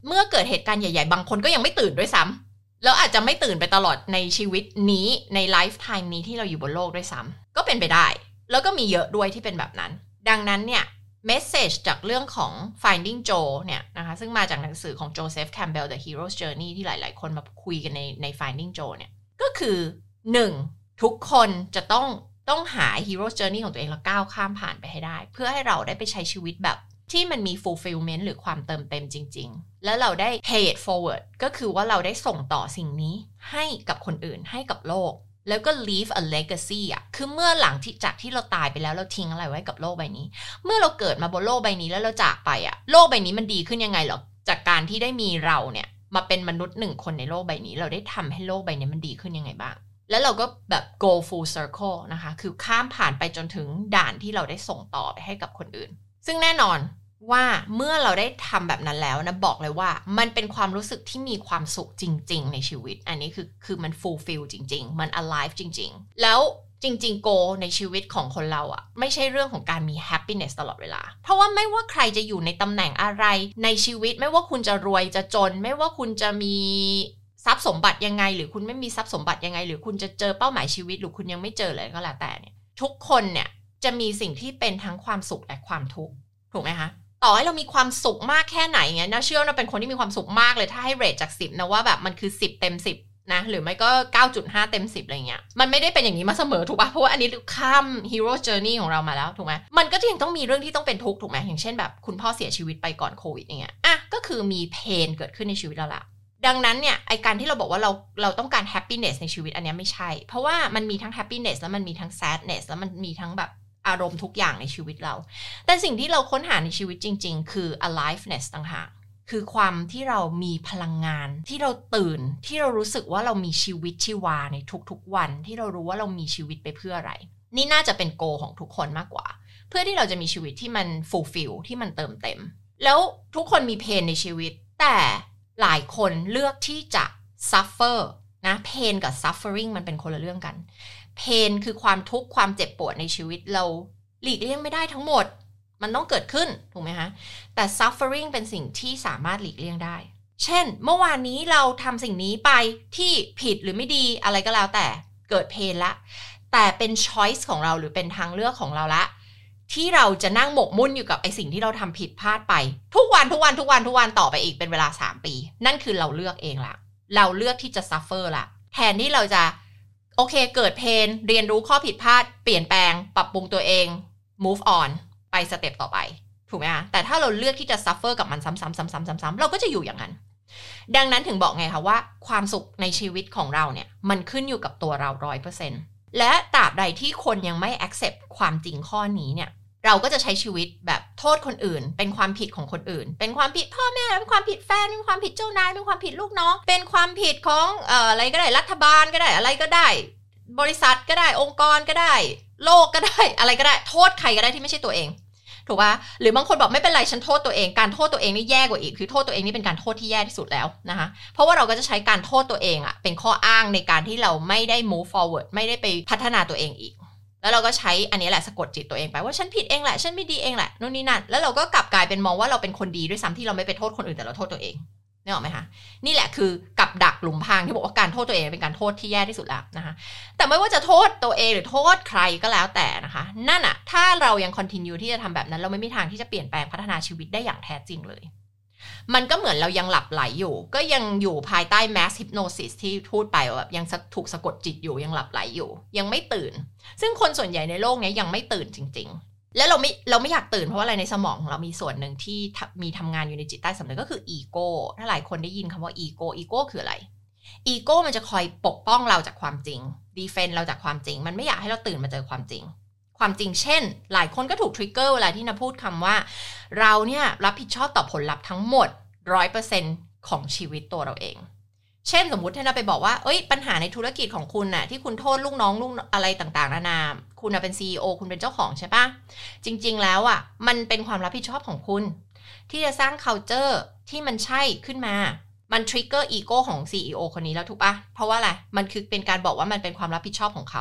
เมื่อเกิดเหตุการณ์ใหญ่ๆบางคนก็ยังไม่ตื่นด้วยซ้ำแล้วอาจจะไม่ตื่นไปตลอดในชีวิตนี้ในไลฟ์ไทม์นี้ที่เราอยู่บนโลกด้วยซ้ำก็เป็นไปได้แล้วก็มีเยอะด้วยที่เป็นแบบนั้นดังนั้นเนี่ยเมสเซจจากเรื่องของ Finding Joe เนี่ยนะคะซึ่งมาจากหนังสือของ Joseph Campbell The Hero's Journey ที่หลายๆคนมาคุยกันใน Finding Joe เนี่ยก็คือ 1. ทุกคนจะต้องหา Hero's Journey ของตัวเองแล้วก้าวข้ามผ่านไปให้ได้เพื่อให้เราได้ไปใช้ชีวิตแบบที่มันมี fulfillment หรือความเติมเต็มจริงๆแล้วเราได้ pay it forward ก็คือว่าเราได้ส่งต่อสิ่งนี้ให้กับคนอื่นให้กับโลกแล้วก็ leave a legacy อ่ะคือเมื่อหลังจากที่เราตายไปแล้วเราทิ้งอะไรไว้กับโลกใบนี้เมื่อเราเกิดมาบนโลกใบนี้แล้วเราจากไปอ่ะโลกใบนี้มันดีขึ้นยังไงหรอจากการที่ได้มีเราเนี่ยมาเป็นมนุษย์1คนในโลกใบนี้เราได้ทำให้โลกใบนี้มันดีขึ้นยังไงบ้างแล้วเราก็แบบ go full circle นะคะคือข้ามผ่านไปจนถึงด่านที่เราได้ส่งต่อไปให้กับคนอื่นซึ่งแน่นอนว่าเมื่อเราได้ทำแบบนั้นแล้วนะบอกเลยว่ามันเป็นความรู้สึกที่มีความสุขจริงๆในชีวิตอันนี้คือมัน fulfill จริงๆมัน alive จริงๆแล้วจริงๆ goal ในชีวิตของคนเราอ่ะไม่ใช่เรื่องของการมี happiness ตลอดเวลาเพราะว่าไม่ว่าใครจะอยู่ในตำแหน่งอะไรในชีวิตไม่ว่าคุณจะรวยจะจนไม่ว่าคุณจะมีทรัพย์สมบัติยังไงหรือคุณไม่มีทรัพย์สมบัติยังไงหรือคุณจะเจอเป้าหมายชีวิตหรือคุณยังไม่เจอเลยก็แล้วแต่เนี่ยทุกคนเนี่ยจะมีสิ่งที่เป็นทั้งความสุขและความทุกข์ถูกไหมคะต่อให้เรามีความสุขมากแค่ไหนเงี้ยนะเชื่อว่าเป็นคนที่มีความสุขมากเลยถ้าให้เรทจาก10นะว่าแบบมันคือ10เต็ม10นะหรือไม่ก็ 9.5 เต็ม10อะไรเงี้ยมันไม่ได้เป็นอย่างนี้มาเสมอถูกป่ะเพราะว่าอันนี้ข้าม Hero Journey ของเรามาแล้วถูกไหมมันก็ยังต้องมีเรื่องที่ต้องเป็นทุกข์ถูกไหมอย่างเช่นแบบคุณพ่อเสียชีวิตไปก่อนโควิดอย่างเงี้ยอ่ะก็คือมีเพนเกิดขึ้นในชีวิตเราละดังนั้นเนี่ยไอการที่เราบอกว่าเราต้องการ happiness ในชีวิตอันนี้ไม่ใช่เพราะว่ามันมีทั้ง happiness แล้วมันมีทั้ง sadness แล้วมันมีทั้งแบบอารมณ์ทุกอย่างในชีวิตเราแต่สิ่งที่เราค้นหาในชีวิตจริงๆคือ aliveness ต่างหากคือความที่เรามีพลังงานที่เราตื่นที่เรารู้สึกว่าเรามีชีวิตชีวาในทุกๆวันที่เรารู้ว่าเรามีชีวิตไปเพื่ออะไรนี่น่าจะเป็นโกของทุกคนมากกว่าเพื่อที่เราจะมีชีวิตที่มัน fulfill ที่มันเติมเต็มแล้วทุกคนมีเพนในชีวิตแต่หลายคนเลือกที่จะ suffer นะเพนกับ suffering มันเป็นคนละเรื่องกันเพนคือความทุกข์ความเจ็บปวดในชีวิตเราหลีกเลี่ยงไม่ได้ทั้งหมดมันต้องเกิดขึ้นถูกไหมคะแต่ suffering เป็นสิ่งที่สามารถหลีกเลี่ยงได้เช่นเมื่อวานนี้เราทำสิ่งนี้ไปที่ผิดหรือไม่ดีอะไรก็แล้วแต่เกิดเพนละแต่เป็น choice ของเราหรือเป็นทางเลือกของเราละที่เราจะนั่งหมกมุ่นอยู่กับไอสิ่งที่เราทำผิดพลาดไปทุกวันต่อไปอีกเป็นเวลา3 ปีนั่นคือเราเลือกเองละเราเลือกที่จะ suffer ละแทนที่เราจะโอเคเกิดเพนเรียนรู้ข้อผิดพลาดเปลี่ยนแปลงปรับปรุงตัวเอง move on ไปสเต็ปต่อไปถูกไหมคะแต่ถ้าเราเลือกที่จะ suffer กับมันซ้ำๆเราก็จะอยู่อย่างนั้นดังนั้นถึงบอกไงคะว่าความสุขในชีวิตของเราเนี่ยมันขึ้นอยู่กับตัวเรา 100% และตราบใดที่คนยังไม่ accept ความจริงข้อนี้เนี่ยเราก็จะใช้ชีวิตแบบโทษคนอื่นเป็นความผิดของคนอื่นเป็นความผิดพ่อแม่เป็นความผิดแฟนเป็นความผิดเจ้านายเป็นความผิดลูกน้องเป็นความผิดของอะไรก็ได้รัฐบาลก็ได้อะไรก็ได้บริษัทก็ได้องค์กรก็ได้โลกก็ได้อะไรก็ได้โทษใครก็ได้ที่ไม่ใช่ตัวเองถูกป่ะหรือบางคนบอกไม่เป็นไรฉันโทษตัวเองการโทษตัวเองนี่แย่กว่าอีกคือโทษตัวเองนี่เป็นการโทษที่แย่ที่สุดแล้วนะคะเพราะว่าเราก็จะใช้การโทษตัวเองอะเป็นข้ออ้างในการที่เราไม่ได้ move forward ไม่ได้ไปพัฒนาตัวเองอีกแล้วเราก็ใช้อันนี้แหละสะกดจิตตัวเองไปว่าฉันผิดเองแหละฉันไม่ดีเองแหละนู่นนี่นั่นแล้วเราก็กลับกลายเป็นมองว่าเราเป็นคนดีด้วยซ้ำที่เราไม่ไปโทษคนอื่นแต่เราโทษตัวเองนึกออกไหมคะนี่แหละคือกับดักหลุมพรางที่บอกว่าการโทษตัวเองเป็นการโทษที่แย่ที่สุดแล้วนะคะแต่ไม่ว่าจะโทษตัวเองหรือโทษใครก็แล้วแต่นะคะนั่นอะถ้าเรายัง continue ที่จะทำแบบนั้นเราไม่มีทางที่จะเปลี่ยนแปลงพัฒนาชีวิตได้อย่างแท้จริงเลยมันก็เหมือนเรายังหลับไหลอยู่ก็ยังอยู่ภายใต้ mass hypnosis ที่พูดไปว่าแบบยังถูกสะกดจิตอยู่ยังหลับไหลอยู่ยังไม่ตื่นซึ่งคนส่วนใหญ่ในโลกนี้ยังไม่ตื่นจริงๆและเราไม่อยากตื่นเพราะว่าอะไรในสมองของเรามีส่วนหนึ่งที่มีทำงานอยู่ในจิตใต้สำนึกก็คืออีโก้ถ้าหลายคนได้ยินคำว่าอีโก้คืออะไรอีโก้มันจะคอยปกป้องเราจากความจริงดีเฟนเราจากความจริงมันไม่อยากให้เราตื่นมาเจอความจริงเช่นหลายคนก็ถูกทริกเกอร์เวลาที่นะพูดคำว่าเราเนี่ยรับผิดชอบต่อผลลัพธ์ทั้งหมด 100% ของชีวิตตัวเราเองเช่นสมมุติถ้าเราไปบอกว่าปัญหาในธุรกิจของคุณน่ะที่คุณโทษลูกน้องอะไรต่างๆนานาคุณเป็น CEO คุณเป็นเจ้าของใช่ปะจริงๆแล้วอ่ะมันเป็นความรับผิดชอบของคุณที่จะสร้าง culture ที่มันใช่ขึ้นมามันทริกเกอร์อีโก้ของ CEO คนนี้แล้วถูกปะเพราะว่าอะไรมันคือเป็นการบอกว่ามันเป็นความรับผิดชอบของเขา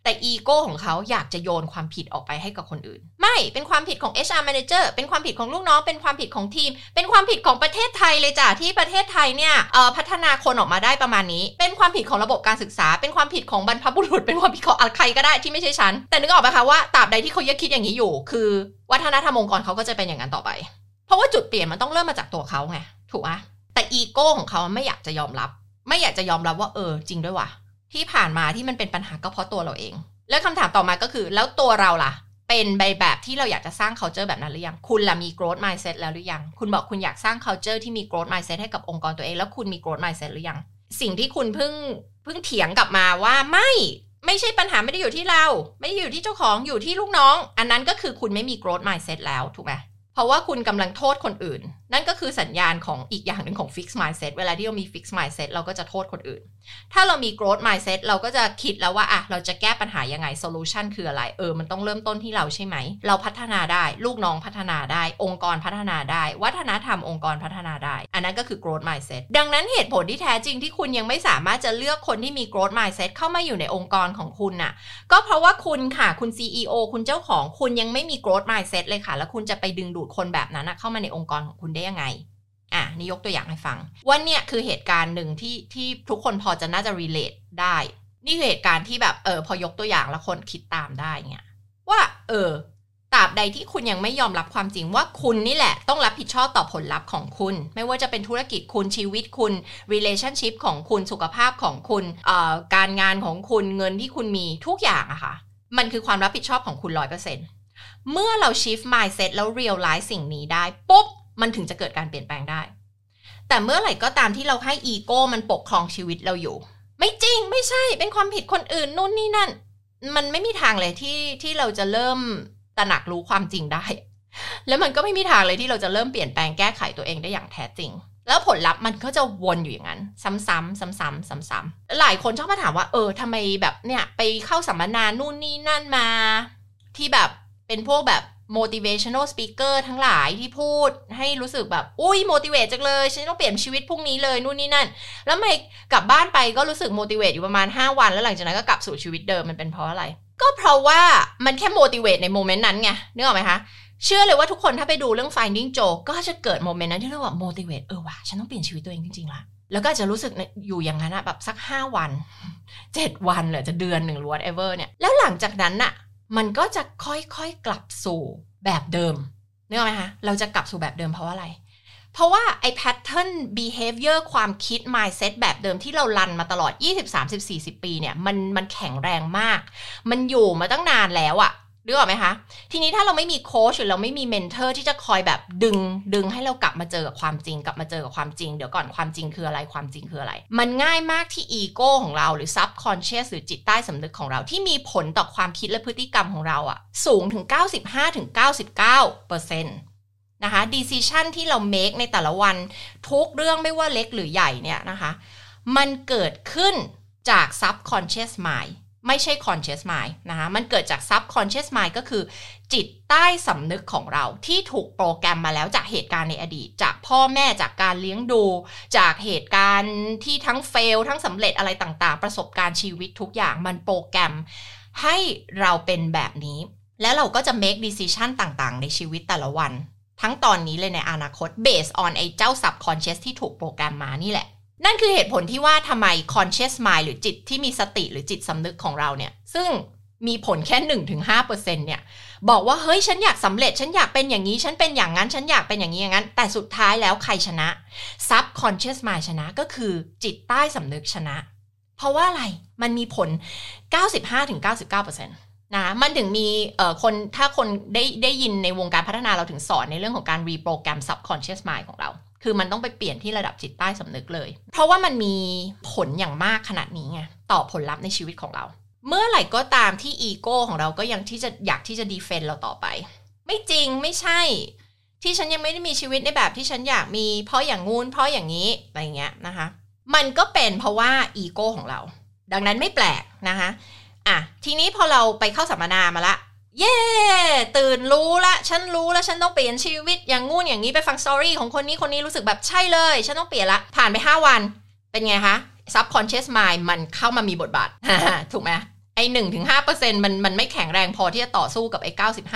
แต่อีโก้ของเขาอยากจะโยนความผิดออกไปให้กับคนอื่นไม่เป็นความผิดของ HR Manager เป็นความผิดของลูกน้องเป็นความผิดของทีมเป็นความผิดของประเทศไทยเลยจ้ะที่ประเทศไทยเนี่ยพัฒนาคนออกมาได้ประมาณนี้เป็นความผิดของระบบการศึกษาเป็นความผิดของบรรพบุรุษเป็นความผิดของใครก็ได้ที่ไม่ใช่ฉันแต่นึกออกไหมคะว่าตราบใดที่เขายังคิดอย่างนี้อยู่คือวัฒนธรรมองค์กรเขาก็จะเป็นอย่างนั้นต่อไปเพราะว่าจุดเปลี่ยนมันต้องเริ่มมาจากตัวเขาไงถูกไหมแต่อีโก้ของเขาไม่อยากจะยอมรับว่าจริงด้วยว่ะที่ผ่านมาที่มันเป็นปัญหาก็เพราะตัวเราเองแล้วคำถามต่อมาก็คือแล้วตัวเราล่ะเป็นแบบที่เราอยากจะสร้าง culture แบบนั้นหรือยังคุณล่ะมี growth mindset แล้วหรือยังคุณบอกคุณอยากสร้าง culture ที่มี growth mindset ให้กับองค์กรตัวเองแล้วคุณมี growth mindset หรือยังสิ่งที่คุณเพิ่งเถียงกลับมาว่าไม่ใช่ปัญหาไม่ได้อยู่ที่เราไม่ได้อยู่ที่เจ้าของอยู่ที่ลูกน้องอันนั้นก็คือคุณไม่มี growth mindset แล้วถูกไหมเพราะว่าคุณกำลังโทษคนอื่นนั่นก็คือสัญญาณของอีกอย่างหนึ่งของ fixed mindset เวลาที่เรามี fixed mindset เราก็จะโทษคนอื่นถ้าเรามี growth mindset เราก็จะคิดแล้วว่าเราจะแก้ปัญหายังไง solution คืออะไรมันต้องเริ่มต้นที่เราใช่ไหมเราพัฒนาได้ลูกน้องพัฒนาได้องค์กรพัฒนาได้วัฒนธรรมองค์กรพัฒนาได้อันนั้นก็คือ growth mindset ดังนั้นเหตุผลที่แท้จริงที่คุณยังไม่สามารถจะเลือกคนที่มี growth mindset เข้ามาอยู่ในองค์กรของคุณน่ะก็เพราะว่าคุณค่ะคุณ CEO คุณเจ้าของคุณยังไม่มี growth mindset เลยค่ะแล้วคุณจะไปดึงดูดคนแบบนั้นเข้ามาในองค์กรของคุณได้ยังไงนี่ยกตัวอย่างให้ฟังว่าเนี่ยคือเหตุการณ์หนึ่งที่ทุกคนพอจะน่าจะ relate ได้นี่คือเหตุการณ์ที่แบบพอยกตัวอย่างแล้วคนคิดตามได้เนี่ยว่าตราบใดที่คุณยังไม่ยอมรับความจริงว่าคุณนี่แหละต้องรับผิดชอบต่อผลลัพธ์ของคุณไม่ว่าจะเป็นธุรกิจคุณชีวิตคุณ relationship ของคุณสุขภาพของคุณการงานของคุณเงินที่คุณมีทุกอย่างอะค่ะมันคือความรับผิดชอบของคุณ 100% เมื่อเรา shift mindset แล้ว realize สิ่งนี้ได้ปุ๊บมันถึงจะเกิดการเปลี่ยนแปลงได้แต่เมื่อไหร่ก็ตามที่เราให้อีโก้มันปกครองชีวิตเราอยู่ไม่จริงไม่ใช่เป็นความผิดคนอื่นนู่นนี่นั่นมันไม่มีทางเลยที่เราจะเริ่มตระหนักรู้ความจริงได้แล้วมันก็ไม่มีทางเลยที่เราจะเริ่มเปลี่ยนแปลงแก้ไขตัวเองได้อย่างแท้จริงแล้วผลลัพธ์มันก็จะวนอยู่อย่างนั้นซ้ำๆหลายคนชอบมาถามว่าทำไมแบบเนี่ยไปเข้าสัมมนานู่นนี่นั่นมาที่แบบเป็นพวกแบบmotivational speaker ทั้งหลายที่พูดให้รู้สึกแบบmotivate จังเลยฉันต้องเปลี่ยนชีวิตพรุ่งนี้เลยนู่นนี่นั่นแล้วไม่กลับบ้านไปก็รู้สึก motivate อยู่ประมาณ5วันแล้วหลังจากนั้นก็กลับสู่ชีวิตเดิมมันเป็นเพราะอะไรก็เพราะว่ามันแค่ motivate ในโมเมนต์นั้นไงนึกออกไหมคะเชื่อเลยว่าทุกคนถ้าไปดูเรื่อง Finding Joe ก็จะเกิดโมเมนต์นั้นที่เราแบบ motivate ว่ะฉันต้องเปลี่ยนชีวิตตัวเองจริงๆละแล้วก็จะรู้สึกอยู่อย่างนั้นแบบสัก5วัน7วันหรือจะเดือนหนึ่ง whatever เนี่ยแล้วหลังจากนั้นน่ะมันก็จะค่อยๆกลับสู่แบบเดิมนึกออกไหมคะเราจะกลับสู่แบบเดิมเพราะอะไรเพราะว่าไอ้ pattern behavior ความคิด mindset แบบเดิมที่เรารันมาตลอด20 30 40 ปีเนี่ยมันแข็งแรงมากมันอยู่มาตั้งนานแล้วอะนึกออกไหมคะทีนี้ถ้าเราไม่มีโค้ชหรือเราไม่มีเมนเทอร์ที่จะคอยแบบดึงให้เรากลับมาเจอกับความจริงเดี๋ยวก่อนความจริงคืออะไรความจริงคืออะไรมันง่ายมากที่อีโก้ของเราหรือ subconscious หรือจิตใต้สำนึกของเราที่มีผลต่อความคิดและพฤติกรรมของเราอะสูงถึง 95-99% นะคะ decision ที่เรา make ในแต่ละวันทุกเรื่องไม่ว่าเล็กหรือใหญ่เนี่ยนะคะมันเกิดขึ้นจาก subconscious mindไม่ใช่ conscious mind นะคะมันเกิดจาก subconscious mind ก็คือจิตใต้สำนึกของเราที่ถูกโปรแกรมมาแล้วจากเหตุการณ์ในอดีตจากพ่อแม่จากการเลี้ยงดูจากเหตุการณ์ที่ทั้ง fail ทั้งสำเร็จอะไรต่างๆประสบการณ์ชีวิตทุกอย่างมันโปรแกรมให้เราเป็นแบบนี้และเราก็จะ make decision ต่างๆในชีวิตแต่ละวันทั้งตอนนี้เลยในอนาคต based on ไอ้เจ้า subconscious ที่ถูกโปรแกรมมานี่แหละนั่นคือเหตุผลที่ว่าทำไม conscious mind หรือจิตที่มีสติหรือจิตสำนึกของเราเนี่ยซึ่งมีผลแค่ 1-5% เนี่ยบอกว่าเฮ้ยฉันอยากสำเร็จฉันอยากเป็นอย่างนี้ฉันเป็นอย่างนั้นฉันอยากเป็นอย่างนี้อย่างนั้นแต่สุดท้ายแล้วใครชนะ subconscious mind ชนะก็คือจิตใต้สำนึกชนะเพราะว่าอะไรมันมีผล 95-99% นะมันถึงมีคนถ้าคนได้ยินในวงการพัฒนาเราถึงสอนในเรื่องของการรีโปรแกรม subconscious mind ของเราคือมันต้องไปเปลี่ยนที่ระดับจิตใต้สำนึกเลยเพราะว่ามันมีผลอย่างมากขนาดนี้ไงต่อผลลัพธ์ในชีวิตของเราเมื่อไหร่ก็ตามที่อีโก้ของเราก็ยังที่จะอยากที่จะดีเฟนต์เราต่อไปไม่จริงไม่ใช่ที่ฉันยังไม่ได้มีชีวิตในแบบที่ฉันอยากมีเพราะอย่างงู้นเพราะอย่างนี้อะไรเงี้ยนะคะมันก็เป็นเพราะว่าอีโก้ของเราดังนั้นไม่แปลกนะคะทีนี้พอเราไปเข้าสัมมนามาละเย้ตื่นรู้ละฉันรู้แล้วฉันต้องเปลี่ยนชีวิตอย่างงู้นอย่างนี้ไปฟังสตอรี่ของคนนี้รู้สึกแบบใช่เลยฉันต้องเปลี่ยนละผ่านไป5วันเป็นไงคะ subconscious mind มันเข้ามามีบทบาท ถูกไหมไอ้ 1-5% มันไม่แข็งแรงพอที่จะต่อสู้กับไอ้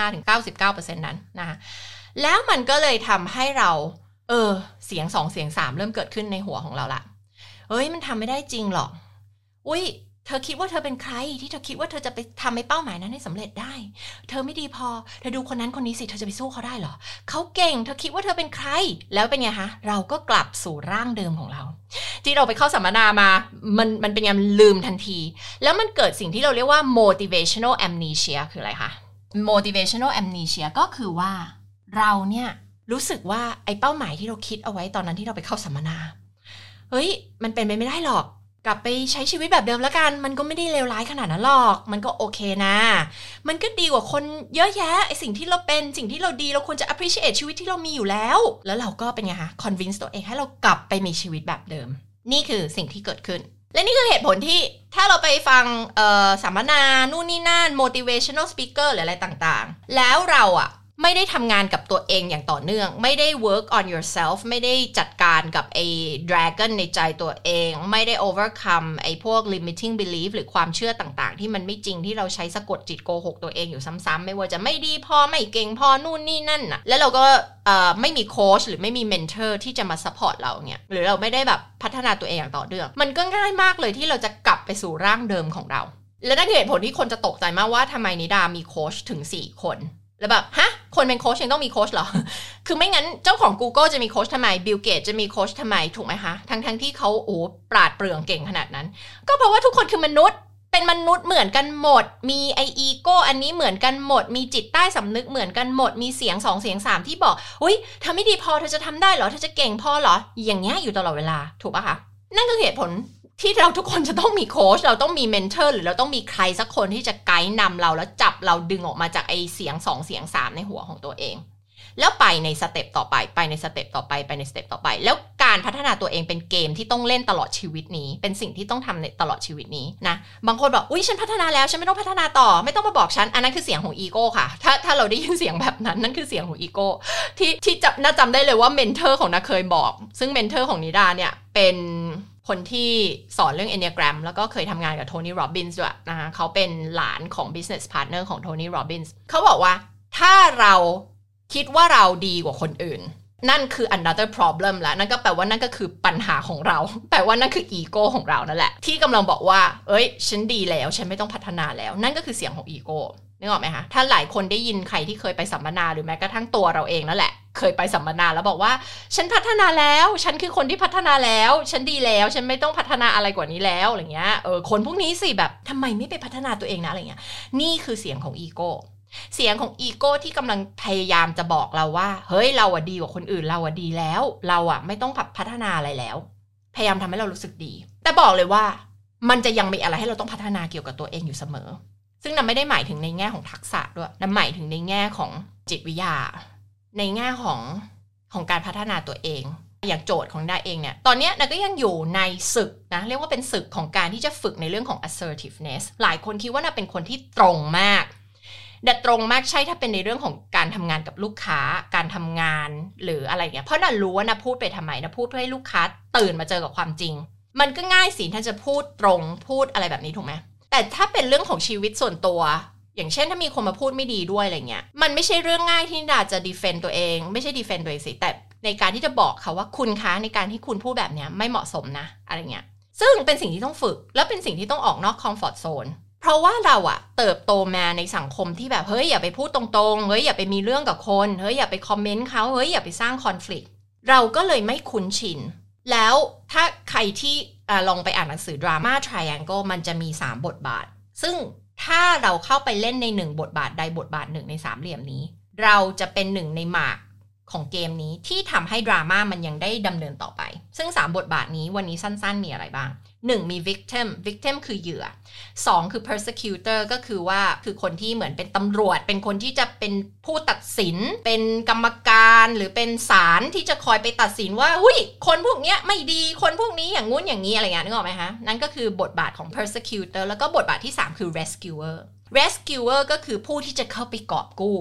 95-99% นั้นนะคะแล้วมันก็เลยทำให้เราเสียง2เสียง3เริ่มเกิดขึ้นในหัวของเราละมันทำไม่ได้จริงหรอกเธอคิดว่าเธอเป็นใครที่เธอคิดว่าเธอจะไปทำให้เป้าหมายนั้นให้สำเร็จได้เธอไม่ดีพอเธอดูคนนั้นคนนี้สิเธอจะไปสู้เขาได้เหรอเขาเก่งเธอคิดว่าเธอเป็นใครแล้วเป็นไงคะเราก็กลับสู่ร่างเดิมของเราที่เราไปเข้าสัมมนามามันเป็นยังลืมทันทีแล้วมันเกิดสิ่งที่เราเรียกว่า motivational amnesia คืออะไรคะ motivational amnesia ก็คือว่าเราเนี่ยรู้สึกว่าไอ้เป้าหมายที่เราคิดเอาไว้ตอนนั้นที่เราไปเข้าสัมมนามันเป็นไปไม่ได้หรอกกลับไปใช้ชีวิตแบบเดิมแล้วกันมันก็ไม่ได้เลวร้ายขนาดนั้นหรอกมันก็โอเคนะมันก็ดีกว่าคนเยอะแยะไอ้สิ่งที่เราเป็นสิ่งที่เราดีเราควรจะ appreciate ชีวิตที่เรามีอยู่แล้วเราก็เป็นไงคะ convince ตัวเองให้เรากลับไปมีชีวิตแบบเดิมนี่คือสิ่งที่เกิดขึ้นและนี่คือเหตุผลที่ถ้าเราไปฟังสัมมนานู่นนี่นั่น motivational speaker หรืออะไรต่างๆแล้วเราไม่ได้ทำงานกับตัวเองอย่างต่อเนื่องไม่ได้ work on yourself ไม่ได้จัดการกับไอ้ dragon ในใจตัวเองไม่ได้ overcome ไอ้พวก limiting belief หรือความเชื่อต่างๆที่มันไม่จริงที่เราใช้สะกดจิตโกหกตัวเองอยู่ซ้ำๆไม่ว่าจะไม่ดีพอไม่เก่งพอนู่นนี่นั่นน่ะแล้วเราก็ไม่มีโค้ชหรือไม่มีเมนเทอร์ที่จะมา support เราเนี่ยหรือเราไม่ได้แบบพัฒนาตัวเองอย่างต่อเนื่องมันก็ง่ายมากเลยที่เราจะกลับไปสู่ร่างเดิมของเราและนั่นคือเหตุผลที่คนจะตกใจมากว่าทำไมนิดามีโค้ชถึง4คนแล้วแบบคนเป็นโค้ชยังต้องมีโค้ชเหรอ คือไม่งั้นเจ้าของ Google จะมีโค้ชทำไมบิลเกตจะมีโค้ชทำไมถูกไหมคะทั้งที่เขาปราดเปรื่องเก่งขนาดนั้นก็เพราะว่าทุกคนคือมนุษย์เป็นมนุษย์เหมือนกันหมดมีไออีโก้อันนี้เหมือนกันหมดมีจิตใต้สำนึกเหมือนกันหมดมีเสียง2เสียง3ที่บอกเธอไม่ดีพอเธอจะทำได้เหรอเธอจะเก่งพอเหรออย่างเงี้ยอยู่ตลอดเวลาถูกป่ะคะนั่นคือเหตุผลที่เราทุกคนจะต้องมีโค้ชเราต้องมีเมนเทอร์หรือเราต้องมีใครสักคนที่จะไกด์นำเราแล้วจับเราดึงออกมาจากไอเสียง2เสียง3ในหัวของตัวเองแล้วไปในสเต็ปต่อไปไปในสเต็ปต่อไปไปในสเต็ปต่อไปแล้วการพัฒนาตัวเองเป็นเกมที่ต้องเล่นตลอดชีวิตนี้เป็นสิ่งที่ต้องทำในตลอดชีวิตนี้นะบางคนบอกฉันพัฒนาแล้วฉันไม่ต้องพัฒนาต่อไม่ต้องมาบอกฉันอันนั้นคือเสียงของอีโก้ค่ะถ้าเราได้ยินเสียงแบบนั้นนั่นคือเสียงของอีโก้ที่น่าจำได้เลยว่าเมนเทอร์ของนาเคยบอกซึ่งเมนเทอร์ของนิดาเนี่ยเป็นคนที่สอนเรื่อง Enneagram แล้วก็เคยทำงานกับโทนี่โรบินส์ด้วยนะคะเขาเป็นหลานของ business partner ของโทนี่โรบินส์เขาบอกว่าถ้าเราคิดว่าเราดีกว่าคนอื่นนั่นคือ another problem แล้วนั่นก็แปลว่านั่นก็คือปัญหาของเราแปลว่านั่นคืออีโก้ของเรานั่นแหละที่กำลังบอกว่าฉันดีแล้วฉันไม่ต้องพัฒนาแล้วนั่นก็คือเสียงของอีโก้นึกออกไหมคะถ้าหลายคนได้ยินใครที่เคยไปสัมมนาหรือแม้กระทั่งตัวเราเองนั่นแหละเคยไปสัมมนาแล้วบอกว่าฉันพัฒนาแล้วฉันคือคนที่พัฒนาแล้วฉันดีแล้วฉันไม่ต้องพัฒนาอะไรกว่านี้แล้วอะไรเงี้ยคนพวกนี้สิแบบทำไมไม่ไปพัฒนาตัวเองนะอะไรเงี้ยนี่คือเสียงของอีโก้เสียงของอีโก้ที่กำลังพยายามจะบอกเราว่าเฮ้ยเราดีกว่าคนอื่นเราดีแล้วเราไม่ต้องพัฒนาอะไรแล้วพยายามทำให้เรารู้สึกดีแต่บอกเลยว่ามันจะยังมีอะไรให้เราต้องพัฒนาเกี่ยวกับตัวเองอยู่เสมอซึ่งนั่นไม่ได้หมายถึงในแง่ของทักษะด้วยนั่นหมายถึงในแง่ของจิตวิทยาในแง่ของการพัฒนาตัวเองอย่างโจทย์ของดาเองเนี่ยตอนนี้ดาก็ยังอยู่ในศึกนะเรียกว่าเป็นศึกของการที่จะฝึกในเรื่องของ assertiveness หลายคนคิดว่าดาเป็นคนที่ตรงมากแต่ตรงมากใช่ถ้าเป็นในเรื่องของการทำงานกับลูกค้าการทำงานหรืออะไรเงี้ยเพราะน่ารู้ว่าน่าพูดไปทำไมน่าพูดเพื่อให้ลูกค้าตื่นมาเจอกับความจริงมันก็ง่ายสิถ้าจะพูดตรงพูดอะไรแบบนี้ถูกไหมแต่ถ้าเป็นเรื่องของชีวิตส่วนตัวอย่างเช่นถ้ามีคนมาพูดไม่ดีด้วยอะไรเงี้ยมันไม่ใช่เรื่องง่ายที่ดาจะ defend ตัวเองไม่ใช่ defend ตัวเองสิแต่ในการที่จะบอกเขาว่าคุณคะในการที่คุณพูดแบบเนี้ยไม่เหมาะสมนะอะไรเงี้ยซึ่งเป็นสิ่งที่ต้องฝึกแล้วเป็นสิ่งที่ต้องออกนอก comfort zoneเพราะว่าเราเติบโตมาในสังคมที่แบบเฮ้ยอย่าไปพูดตรงๆเฮ้ยอย่าไปมีเรื่องกับคนเฮ้ยอย่าไปคอมเมนต์เขาเฮ้ยอย่าไปสร้างคอนฟลิกต์เราก็เลยไม่คุ้นชินแล้วถ้าใครที่ลองไปอ่านหนังสือ Drama Triangle มันจะมี3บทบาทซึ่งถ้าเราเข้าไปเล่นใน1บทบาทใดบทบาท1ใน3เหลี่ยมนี้เราจะเป็น1ในหมากของเกมนี้ที่ทำให้ดราม่ามันยังได้ดำเนินต่อไปซึ่ง3บทบาทนี้วันนี้สั้นๆมีอะไรบ้าง1มี victim คือเหยื่อ2คือ persecutor ก็คือว่าคือคนที่เหมือนเป็นตำรวจเป็นคนที่จะเป็นผู้ตัดสินเป็นกรรมการหรือเป็นศาลที่จะคอยไปตัดสินว่าหุ้ยคนพวกเนี้ยไม่ดีคนพวกนี้อย่างงู้นอย่างนี้อะไรเงี้ยนึกออกไหมคะนั่นก็คือบทบาทของ persecutor แล้วก็บทบาทที่3คือ rescuer ก็คือผู้ที่จะเข้าไปกอบกู้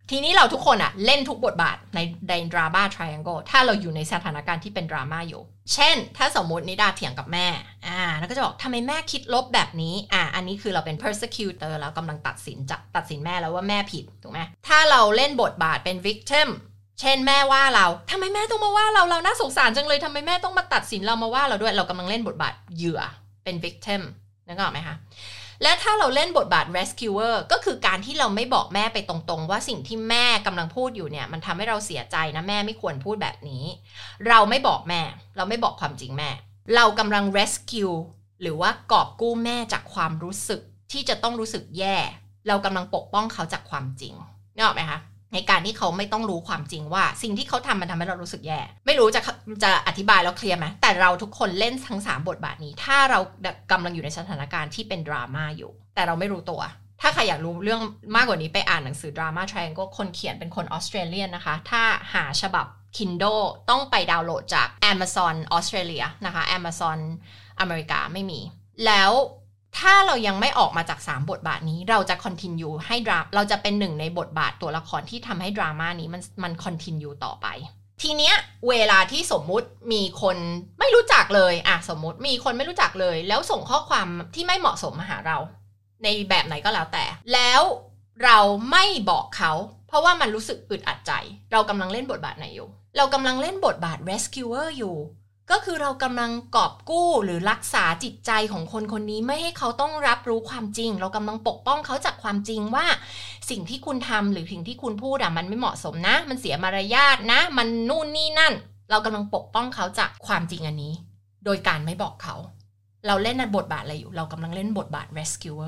ทีนี้เราทุกคนอะเล่นทุกบทบาทในดราม่าทริแองเกิลถ้าเราอยู่ในสถานการณ์ที่เป็นดราม่าอยู่เช่นถ้าสมมุตินิดาเถียงกับแม่แล้วก็จะบอกทำไมแม่คิดลบแบบนี้อันนี้คือเราเป็น persecutor แล้วกำลังตัดสินแม่แล้วว่าแม่ผิดถูกไหมถ้าเราเล่นบทบาทเป็น victim เช่นแม่ว่าเราทำไมแม่ต้องมาว่าเราน่าสงสารจังเลยทำไมแม่ต้องมาตัดสินเรามาว่าเราด้วยเรากำลังเล่นบทบาทเหยื่อเป็น victim นึกออกไหมคะและถ้าเราเล่นบทบาท rescuer ก็คือการที่เราไม่บอกแม่ไปตรงๆว่าสิ่งที่แม่กำลังพูดอยู่เนี่ยมันทำให้เราเสียใจนะแม่ไม่ควรพูดแบบนี้เราไม่บอกแม่เราไม่บอกความจริงแม่เรากำลัง rescue หรือว่ากอบกู้แม่จากความรู้สึกที่จะต้องรู้สึกแย่เรากำลังปกป้องเขาจากความจริงนึกออกไหมคะในการที่เขาไม่ต้องรู้ความจริงว่าสิ่งที่เขาทำมันทำให้เรารู้สึกแย่ไม่รู้จะอธิบายแล้วเคลียร์ไหมแต่เราทุกคนเล่นทั้ง3บทบาทนี้ถ้าเรากำลังอยู่ในสถานการณ์ที่เป็นดราม่าอยู่แต่เราไม่รู้ตัวถ้าใครอยากรู้เรื่องมากกว่านี้ไปอ่านหนังสือ Drama Triangle คนเขียนเป็นคนออสเตรเลียนนะคะถ้าหาฉบับ Kindle ต้องไปดาวน์โหลดจาก Amazon ออสเตรเลียนะคะ Amazon อเมริกาไม่มีแล้วถ้าเรายังไม่ออกมาจาก3บทบาทนี้เราจะ continue ให้เราจะเป็นหนึ่งในบทบาทตัวละครที่ทำให้ดราม่านี้มัน continue ต่อไปทีเนี้ยเวลาที่สมมุติมีคนไม่รู้จักเลยสมมุติมีคนไม่รู้จักเลยแล้วส่งข้อความที่ไม่เหมาะสมมาหาเราในแบบไหนก็แล้วแต่แล้วเราไม่บอกเขาเพราะว่ามันรู้สึกอึดอัดใจเรากำลังเล่นบทบาทไหนอยู่เรากำลังเล่นบทบาท rescuer อยู่ก็คือเรากำลังกอบกู้หรือรักษาจิตใจของคนคนนี้ไม่ให้เขาต้องรับรู้ความจริงเรากำลังปกป้องเขาจากความจริงว่าสิ่งที่คุณทำหรือสิ่งที่คุณพูดมันไม่เหมาะสมนะมันเสียมารยาทนะมันนู่นนี่นั่นเรากำลังปกป้องเขาจากความจริงอันนี้โดยการไม่บอกเขาเราเล่นบทบาทอะไรอยู่เรากำลังเล่นบทบาท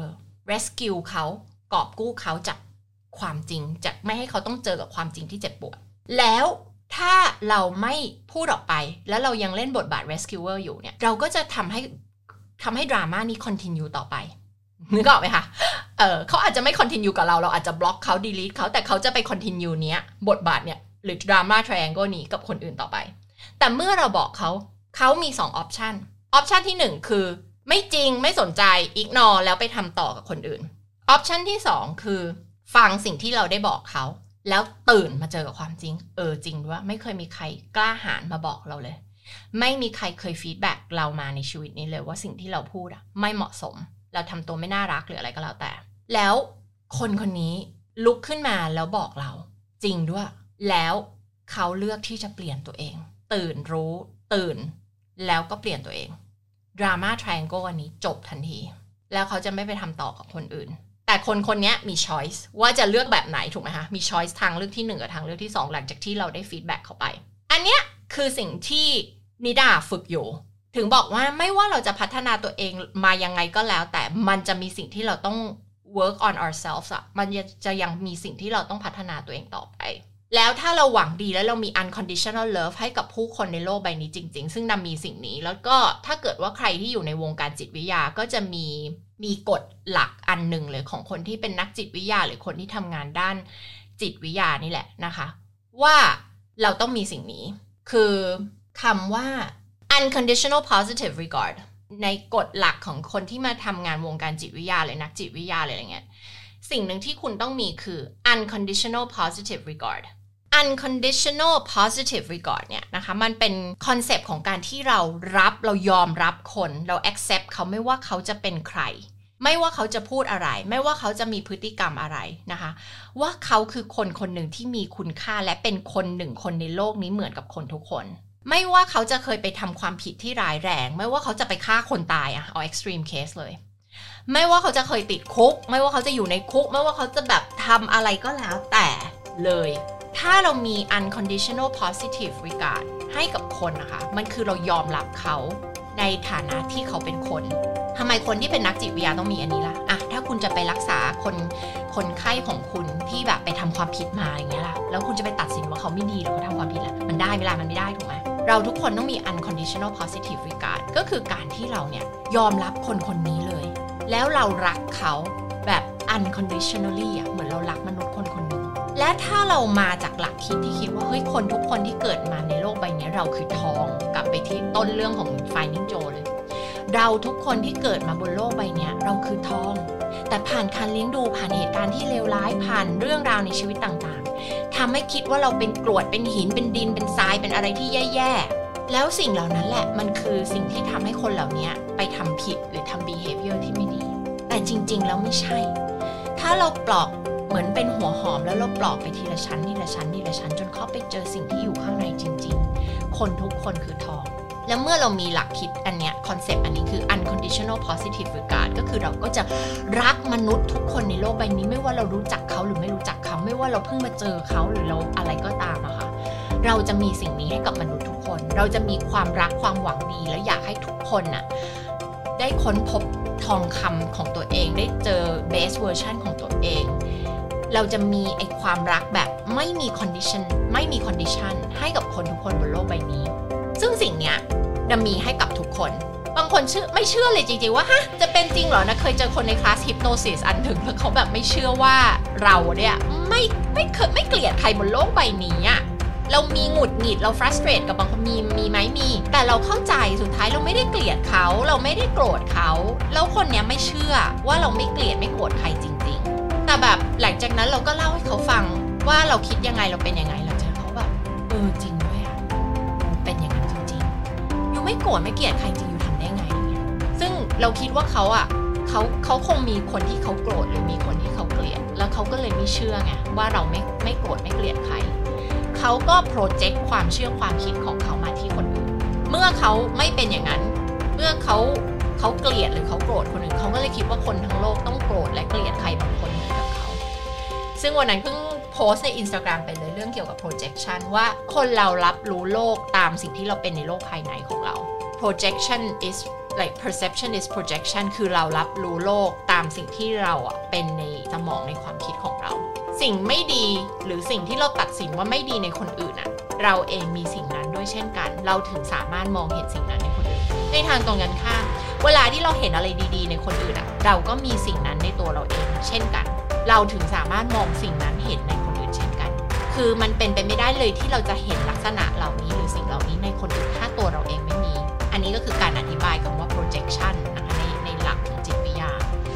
rescue เขากอบกู้เขาจากความจริงจากไม่ให้เขาต้องเจอกับความจริงที่เจ็บปวดแล้วถ้าเราไม่พูดออกไปแล้วเรายังเล่นบทบาท rescuer อยู่เนี่ยเราก็จะทำให้ดราม่านี้ continue ต่อไปนึกออกไหมคะเขาอาจจะไม่ continue กับเราอาจจะบล็อกเขา delete เขาแต่เขาจะไป continue เนี้ยบทบาทเนี่ยหรือ drama triangle นี้กับคนอื่นต่อไปแต่เมื่อเราบอกเขามี2 option ที่1คือไม่จริงไม่สนใจ ignore แล้วไปทำต่อกับคนอื่น option ที่2คือฟังสิ่งที่เราได้บอกเขาแล้วตื่นมาเจอกับความจริงจริงด้วยไม่เคยมีใครกล้าหาญมาบอกเราเลยไม่มีใครเคยฟีดแบ็กเรามาในชีวิตนี้เลยว่าสิ่งที่เราพูดไม่เหมาะสมเราทำตัวไม่น่ารักหรืออะไรก็แล้วแต่แล้วคนคนนี้ลุกขึ้นมาแล้วบอกเราจริงด้วยแล้วเขาเลือกที่จะเปลี่ยนตัวเองตื่นแล้วก็เปลี่ยนตัวเองดราม่า triangle อันนี้จบทันทีแล้วเขาจะไม่ไปทำต่อกับคนอื่นแต่คนนี้มี choice ว่าจะเลือกแบบไหนถูกไหมคะมี choice ทางเลือกที่1กับทางเลือกที่2หลังจากที่เราได้ feedback เข้าไปอันเนี้ยคือสิ่งที่นิดาฝึกอยู่ถึงบอกว่าไม่ว่าเราจะพัฒนาตัวเองมายังไงก็แล้วแต่มันจะมีสิ่งที่เราต้อง work on ourselves มันจะยังมีสิ่งที่เราต้องพัฒนาตัวเองต่อไปแล้วถ้าเราหวังดีแล้วเรามี unconditional love ให้กับผู้คนในโลกใบนี้จริงๆซึ่งมีสิ่งนี้แล้วก็ถ้าเกิดว่าใครที่อยู่ในวงการจิตวิทยาก็จะมีกฎหลักอันหนึ่งเลยของคนที่เป็นนักจิตวิทยาหรือคนที่ทำงานด้านจิตวิทยานี่แหละนะคะว่าเราต้องมีสิ่งนี้คือคำว่า unconditional positive regard ในกฎหลักของคนที่มาทำงานวงการจิตวิทยาหรือนักจิตวิทยาอะไรอย่างเงี้ยสิ่งหนึ่งที่คุณต้องมีคือ unconditional positive regard unconditional positive regard เนี่ยนะคะมันเป็นคอนเซปต์ของการที่เรายอมรับคนเรา accept เขาไม่ว่าเขาจะเป็นใครไม่ว่าเขาจะพูดอะไรไม่ว่าเขาจะมีพฤติกรรมอะไรนะคะว่าเขาคือคนคนหนึ่งที่มีคุณค่าและเป็นคนหนึ่งคนในโลกนี้เหมือนกับคนทุกคนไม่ว่าเขาจะเคยไปทำความผิดที่ร้ายแรงไม่ว่าเขาจะไปฆ่าคนตายเอา extreme case เลยไม่ว่าเขาจะเคยติดคุกไม่ว่าเขาจะอยู่ในคุกไม่ว่าเขาจะแบบทำอะไรก็แล้วแต่เลยถ้าเรามี unconditional positive regard ให้กับคนนะคะมันคือเรายอมรับเขาในฐานะที่เขาเป็นคนทำไมคนที่เป็นนักจิตวิทยาต้องมีอันนี้ล่ะถ้าคุณจะไปรักษาคนไข้ของคุณที่แบบไปทำความผิดมาอย่างเงี้ยล่ะแล้วคุณจะไปตัดสินว่าเขาไม่ดีหรือเขาทำความผิดล่ะมันได้เวลามันไม่ได้ถูกไหมเราทุกคนต้องมี unconditional positive regard ก็คือการที่เราเนี่ยยอมรับคนคนนี้เลยแล้วเรารักเขาแบบ unconditionally เหมือนเรารักมนุษย์คนคนหนึ่งและถ้าเรามาจากหลักคิดที่คิดว่าเฮ้ยคนทุกคนที่เกิดมาในโลกใบนี้เราคือทองกลับไปที่ต้นเรื่องของ Finding Joe เลยเราทุกคนที่เกิดมาบนโลกใบนี้เราคือทองแต่ผ่านการเลี้ยงดูผ่านเหตุการณ์ที่เลวร้ายผ่านเรื่องราวในชีวิตต่างทำให้คิดว่าเราเป็นกรวดเป็นหินเป็นดินเป็นทรายเป็นอะไรที่แย่ๆแล้วสิ่งเหล่านั้นแหละมันคือสิ่งที่ทำให้คนเหล่านี้ไปทำผิดหรือทำ behavior ที่ไม่ดีแต่จริงๆแล้วไม่ใช่ถ้าเราปลอกเหมือนเป็นหัวหอมแล้วเราปลอกไปทีละชั้นทีละชั้นทีละชั้นจนเข้าไปเจอสิ่งที่อยู่ข้างในจริงๆคนทุกคนคือทองแล้วเมื่อเรามีหลักคิดอันเนี้ยคอนเซปต์อันนี้คือ unconditional positive regard ก็คือเราก็จะรักมนุษย์ทุกคนในโลกใบนี้ไม่ว่าเรารู้จักเขาหรือไม่รู้จักเขาไม่ว่าเราเพิ่งมาเจอเขาหรือเราอะไรก็ตามอะค่ะเราจะมีสิ่งนี้ให้กับมนุษย์ทุกคนเราจะมีความรักความหวังดีและอยากให้ทุกคนน่ะได้ค้นพบทองคำของตัวเองได้เจอ best version ของตัวเองเราจะมีไอ้ความรักแบบไม่มี condition ให้กับคนทุกคนบนโลกใบนี้ซึ่งสิ่งเนี้ยจะมีให้กับทุกคนบางคนไม่เชื่อเลยจริงๆว่าฮะจะเป็นจริงเหรอนะเคยเจอคนในคลาส hypnosis อันถึงแล้วเขาแบบไม่เชื่อว่าเราเนี่ยไม่เกลียดใครบนโลกใบนี้อะเรามีหงุดหงิดเรา frustrate กับบางคนมีไหมมีแต่เราเข้าใจสุดท้ายเราไม่ได้เกลียดเขาเราไม่ได้โกรธเขาแล้วคนเนี้ยไม่เชื่อว่าเราไม่เกลียดไม่โกรธใครจริงๆแต่แบบหลังจากนั้นเราก็เล่าให้เขาฟังว่าเราคิดยังไงเราเป็นยังไงเราเจอเขาแบบจริงด้วยอะเป็นอย่างนั้นจริงๆยูไม่โกรธไม่เกลียดใครจริงยูทำได้ไงอย่างเงี้ยซึ่งเราคิดว่าเขาคงมีคนที่เขาโกรธหรือมีคนที่เขาเกลียดแล้วเขาก็เลยไม่เชื่อไงว่าเราไม่โกรธไม่เกลียดใครเขาก็โปรเจกต์ความเชื่อความคิดของเขามาที่คนอื่นเมื่อเขาไม่เป็นอย่างนั้นเมื่อเขาเกลียดหรือเขาโกรธคนอื่นเขาก็เลยคิดว่าคนทั้งโลกต้องโกรธและเกลียดใครบางคนเหมือนกับเขาซึ่งวันนั้นเพิ่งโพสต์ใน Instagram ไปเลยเรื่องเกี่ยวกับ projection ว่าคนเรารับรู้โลกตามสิ่งที่เราเป็นในโลกภายในของเรา projection is like perception is projection คือเรารับรู้โลกตามสิ่งที่เราเป็นในสมองในความคิดของเราสิ่งไม่ดีหรือสิ่งที่เราตัดสินว่าไม่ดีในคนอื่นเราเองมีสิ่งนั้นด้วยเช่นกันเราถึงสามารถมองเห็นสิ่งนั้นในคนอื่นในทางตรงกันข้ามเวลาที่เราเห็นอะไรดีๆในคนอื่นเราก็มีสิ่งนั้นในตัวเราเองเช่นกันเราถึงสามารถมองสิ่งนั้นเห็นในคนอื่นเช่นกันคือมันเป็นไปไม่ได้เลยที่เราจะเห็นลักษณะเหล่านี้หรือสิ่งเหล่านี้ในคนอื่นถ้าตัวเราเองไม่มีอันนี้ก็คือการอธิบายคำว่า projection นะคะในหลักของจิตวิทยา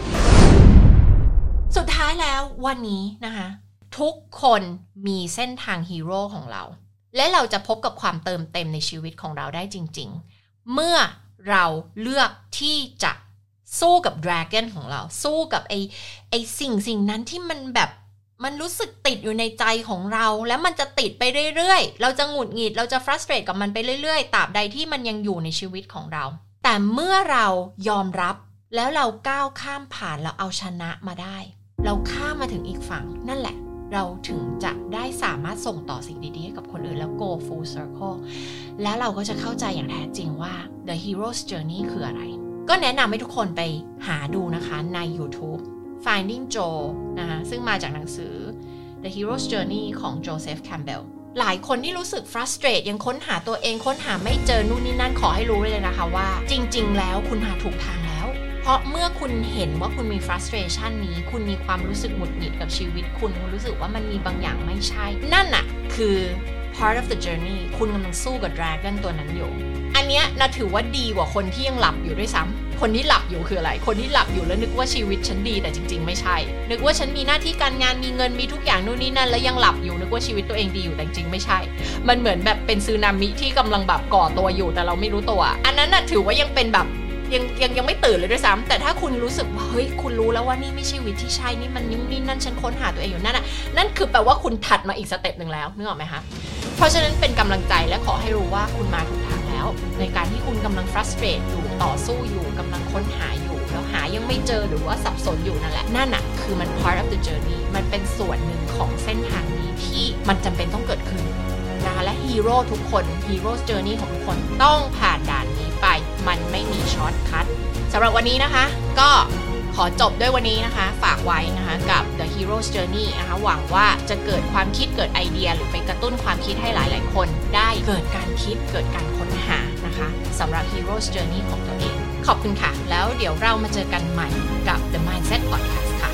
สุดท้ายแล้ววันนี้นะคะทุกคนมีเส้นทางฮีโร่ของเราและเราจะพบกับความเติมเต็มในชีวิตของเราได้จริงๆเมื่อเราเลือกที่จะสู้กับดราก้อนของเราสู้กับไอสิ่งนั้นที่มันแบบมันรู้สึกติดอยู่ในใจของเราแล้วมันจะติดไปเรื่อยๆเราจะหงุดหงิดเราจะ frustrate กับมันไปเรื่อยๆตราบใดที่มันยังอยู่ในชีวิตของเราแต่เมื่อเรายอมรับแล้วเราก้าวข้ามผ่านเราเอาชนะมาได้เราข้ามมาถึงอีกฝั่งนั่นแหละเราถึงจะได้สามารถส่งต่อสิ่งดีๆให้กับคนอื่นแล้ว go full circle แล้วเราก็จะเข้าใจอย่างแท้จริงว่า the hero's journey คืออะไรก็แนะนำให้ทุกคนไปหาดูนะคะใน YouTube Finding Joe นะคะซึ่งมาจากหนังสือ The Hero's Journey ของ Joseph Campbell หลายคนที่รู้สึก frustrate ยังค้นหาตัวเองค้นหาไม่เจอนู่นนี่นั่นขอให้รู้เลยนะคะว่าจริงๆแล้วคุณหาถูกทางแล้วเพราะเมื่อคุณเห็นว่าคุณมี frustration นี้คุณมีความรู้สึกหงุดหงิดกับชีวิตคุณรู้สึกว่ามันมีบางอย่างไม่ใช่นั่นน่ะคือ part of the journey คุณกำลังสู้กับ dragon ตัวนั้นอยู่อันเนี้ยน่าถือว่าดีกว่าคนที่ยังหลับอยู่ด้วยซ้ำคนที่หลับอยู่คืออะไรคนที่หลับอยู่แล้วนึกว่าชีวิตฉันดีแต่จริงๆไม่ใช่นึกว่าฉันมีหน้าที่การงานมีเงินมีทุกอย่างนู่นนี่นั่นแล้วยังหลับอยู่นึกว่าชีวิตตัวเองดีอยู่แต่จริงๆไม่ใช่มันเหมือนแบบเป็นสึนามิที่กำลังแบบก่อตัวอยู่แต่เราไม่รู้ตัวอันนั้นน่ะถือว่ายังเป็นแบบยังไม่ตื่นเลยด้วยซ้ำแต่ถ้าคุณรู้สึกว่าเฮ้ยคุณรู้แล้วว่านี่ไม่ใช่วิธีที่ใช่นี่มันนี่นั่นฉันค้นหาตัวเองอยู่นั่นคือแปลว่าคุณถัดมาอีกสเต็ปนึงแล้วนึกออกไหมคะเพราะฉะนั้นเป็นกำลังใจและขอให้รู้ว่าคุณมาถูกทางแล้วในการที่คุณกำลัง frustrate อยู่ต่อสู้อยู่กำลังค้นหาอยู่แล้วหายังไม่เจอหรือว่าสับสนอยู่นั่นแหละนั่นน่ะคือมัน part of the journey มันเป็นส่วนหนึ่งของเส้นทางนี้ที่มันจำเป็นต้องเกิดขึ้นนะคะและฮีโร่ทุกคน hero's journey ของทุกคนต้องผ่านด่านนี้ไปมันไม่มีช็อตคัทสำหรับวันนี้นะคะก็ขอจบด้วยวันนี้นะคะฝากไว้นะคะกับ The Hero's Journey นะคะหวังว่าจะเกิดความคิดเกิดไอเดียหรือไปกระตุ้นความคิดให้หลายๆคนได้เกิดการคิดเกิดการค้นหานะคะสำหรับ Hero's Journey ของตัวเองขอบคุณค่ะแล้วเดี๋ยวเรามาเจอกันใหม่กับ The Mindset Podcast ค่ะ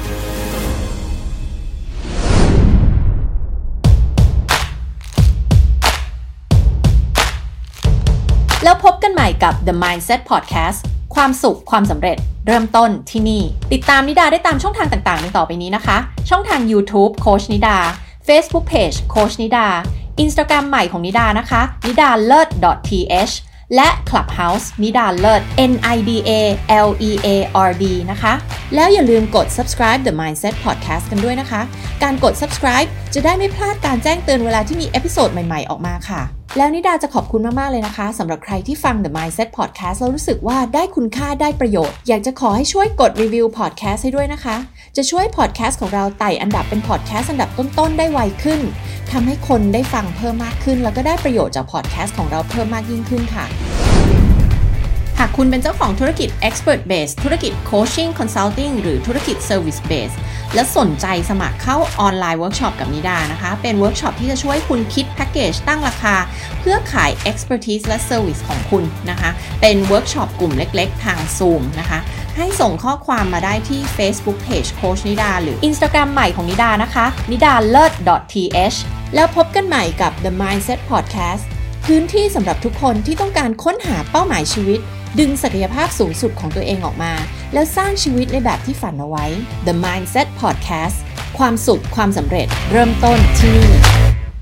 แล้วพบกันใหม่กับ The Mindset Podcast ความสุขความสำเร็จเริ่มต้นที่นี่ติดตามนิดาได้ตามช่องทางต่างๆในต่อไปนี้นะคะช่องทาง YouTube โค้ชนิดา Facebook Page โค้ชนิดา Instagram ใหม่ของนิดานะคะ nidalet.th และ Clubhouse นิดาเลิศ NIDALEARD นะคะแล้วอย่าลืมกด subscribe The Mindset Podcast กันด้วยนะคะการกด subscribe จะได้ไม่พลาดการแจ้งเตือนเวลาที่มีเอพิโซดใหม่ๆออกมาค่ะแล้วนิดาจะขอบคุณมากๆเลยนะคะสำหรับใครที่ฟัง The Mindset Podcast แล้วรู้สึกว่าได้คุณค่าได้ประโยชน์อยากจะขอให้ช่วยกดรีวิว podcast ให้ด้วยนะคะจะช่วย podcast ของเราไต่อันดับเป็น podcast อันดับต้นๆได้ไวขึ้นทำให้คนได้ฟังเพิ่มมากขึ้นแล้วก็ได้ประโยชน์จาก podcast ของเราเพิ่มมากยิ่งขึ้นค่ะหากคุณเป็นเจ้าของธุรกิจ Expert Base ธุรกิจ Coaching Consulting หรือธุรกิจ Service Base และสนใจสมัครเข้าออนไลน์เวิร์กช็อปกับนิดานะคะเป็นเวิร์กช็อปที่จะช่วยคุณคิดแพ็กเกจตั้งราคาเพื่อขาย Expertise และ Service ของคุณนะคะเป็นเวิร์กช็อปกลุ่มเล็กๆทาง Zoom นะคะให้ส่งข้อความมาได้ที่ Facebook Page โค้ชนิดาหรือ Instagram ใหม่ของนิดานะคะ nidalet.th แล้วพบกันใหม่กับ The Mindset Podcast พื้นที่สำหรับทุกคนที่ต้องการค้นหาเป้าหมายชีวิตดึงศักยภาพสูงสุดของตัวเองออกมาแล้วสร้างชีวิตในแบบที่ฝันเอาไว้ The Mindset Podcast ความสุขความสำเร็จเริ่มต้นที่นี่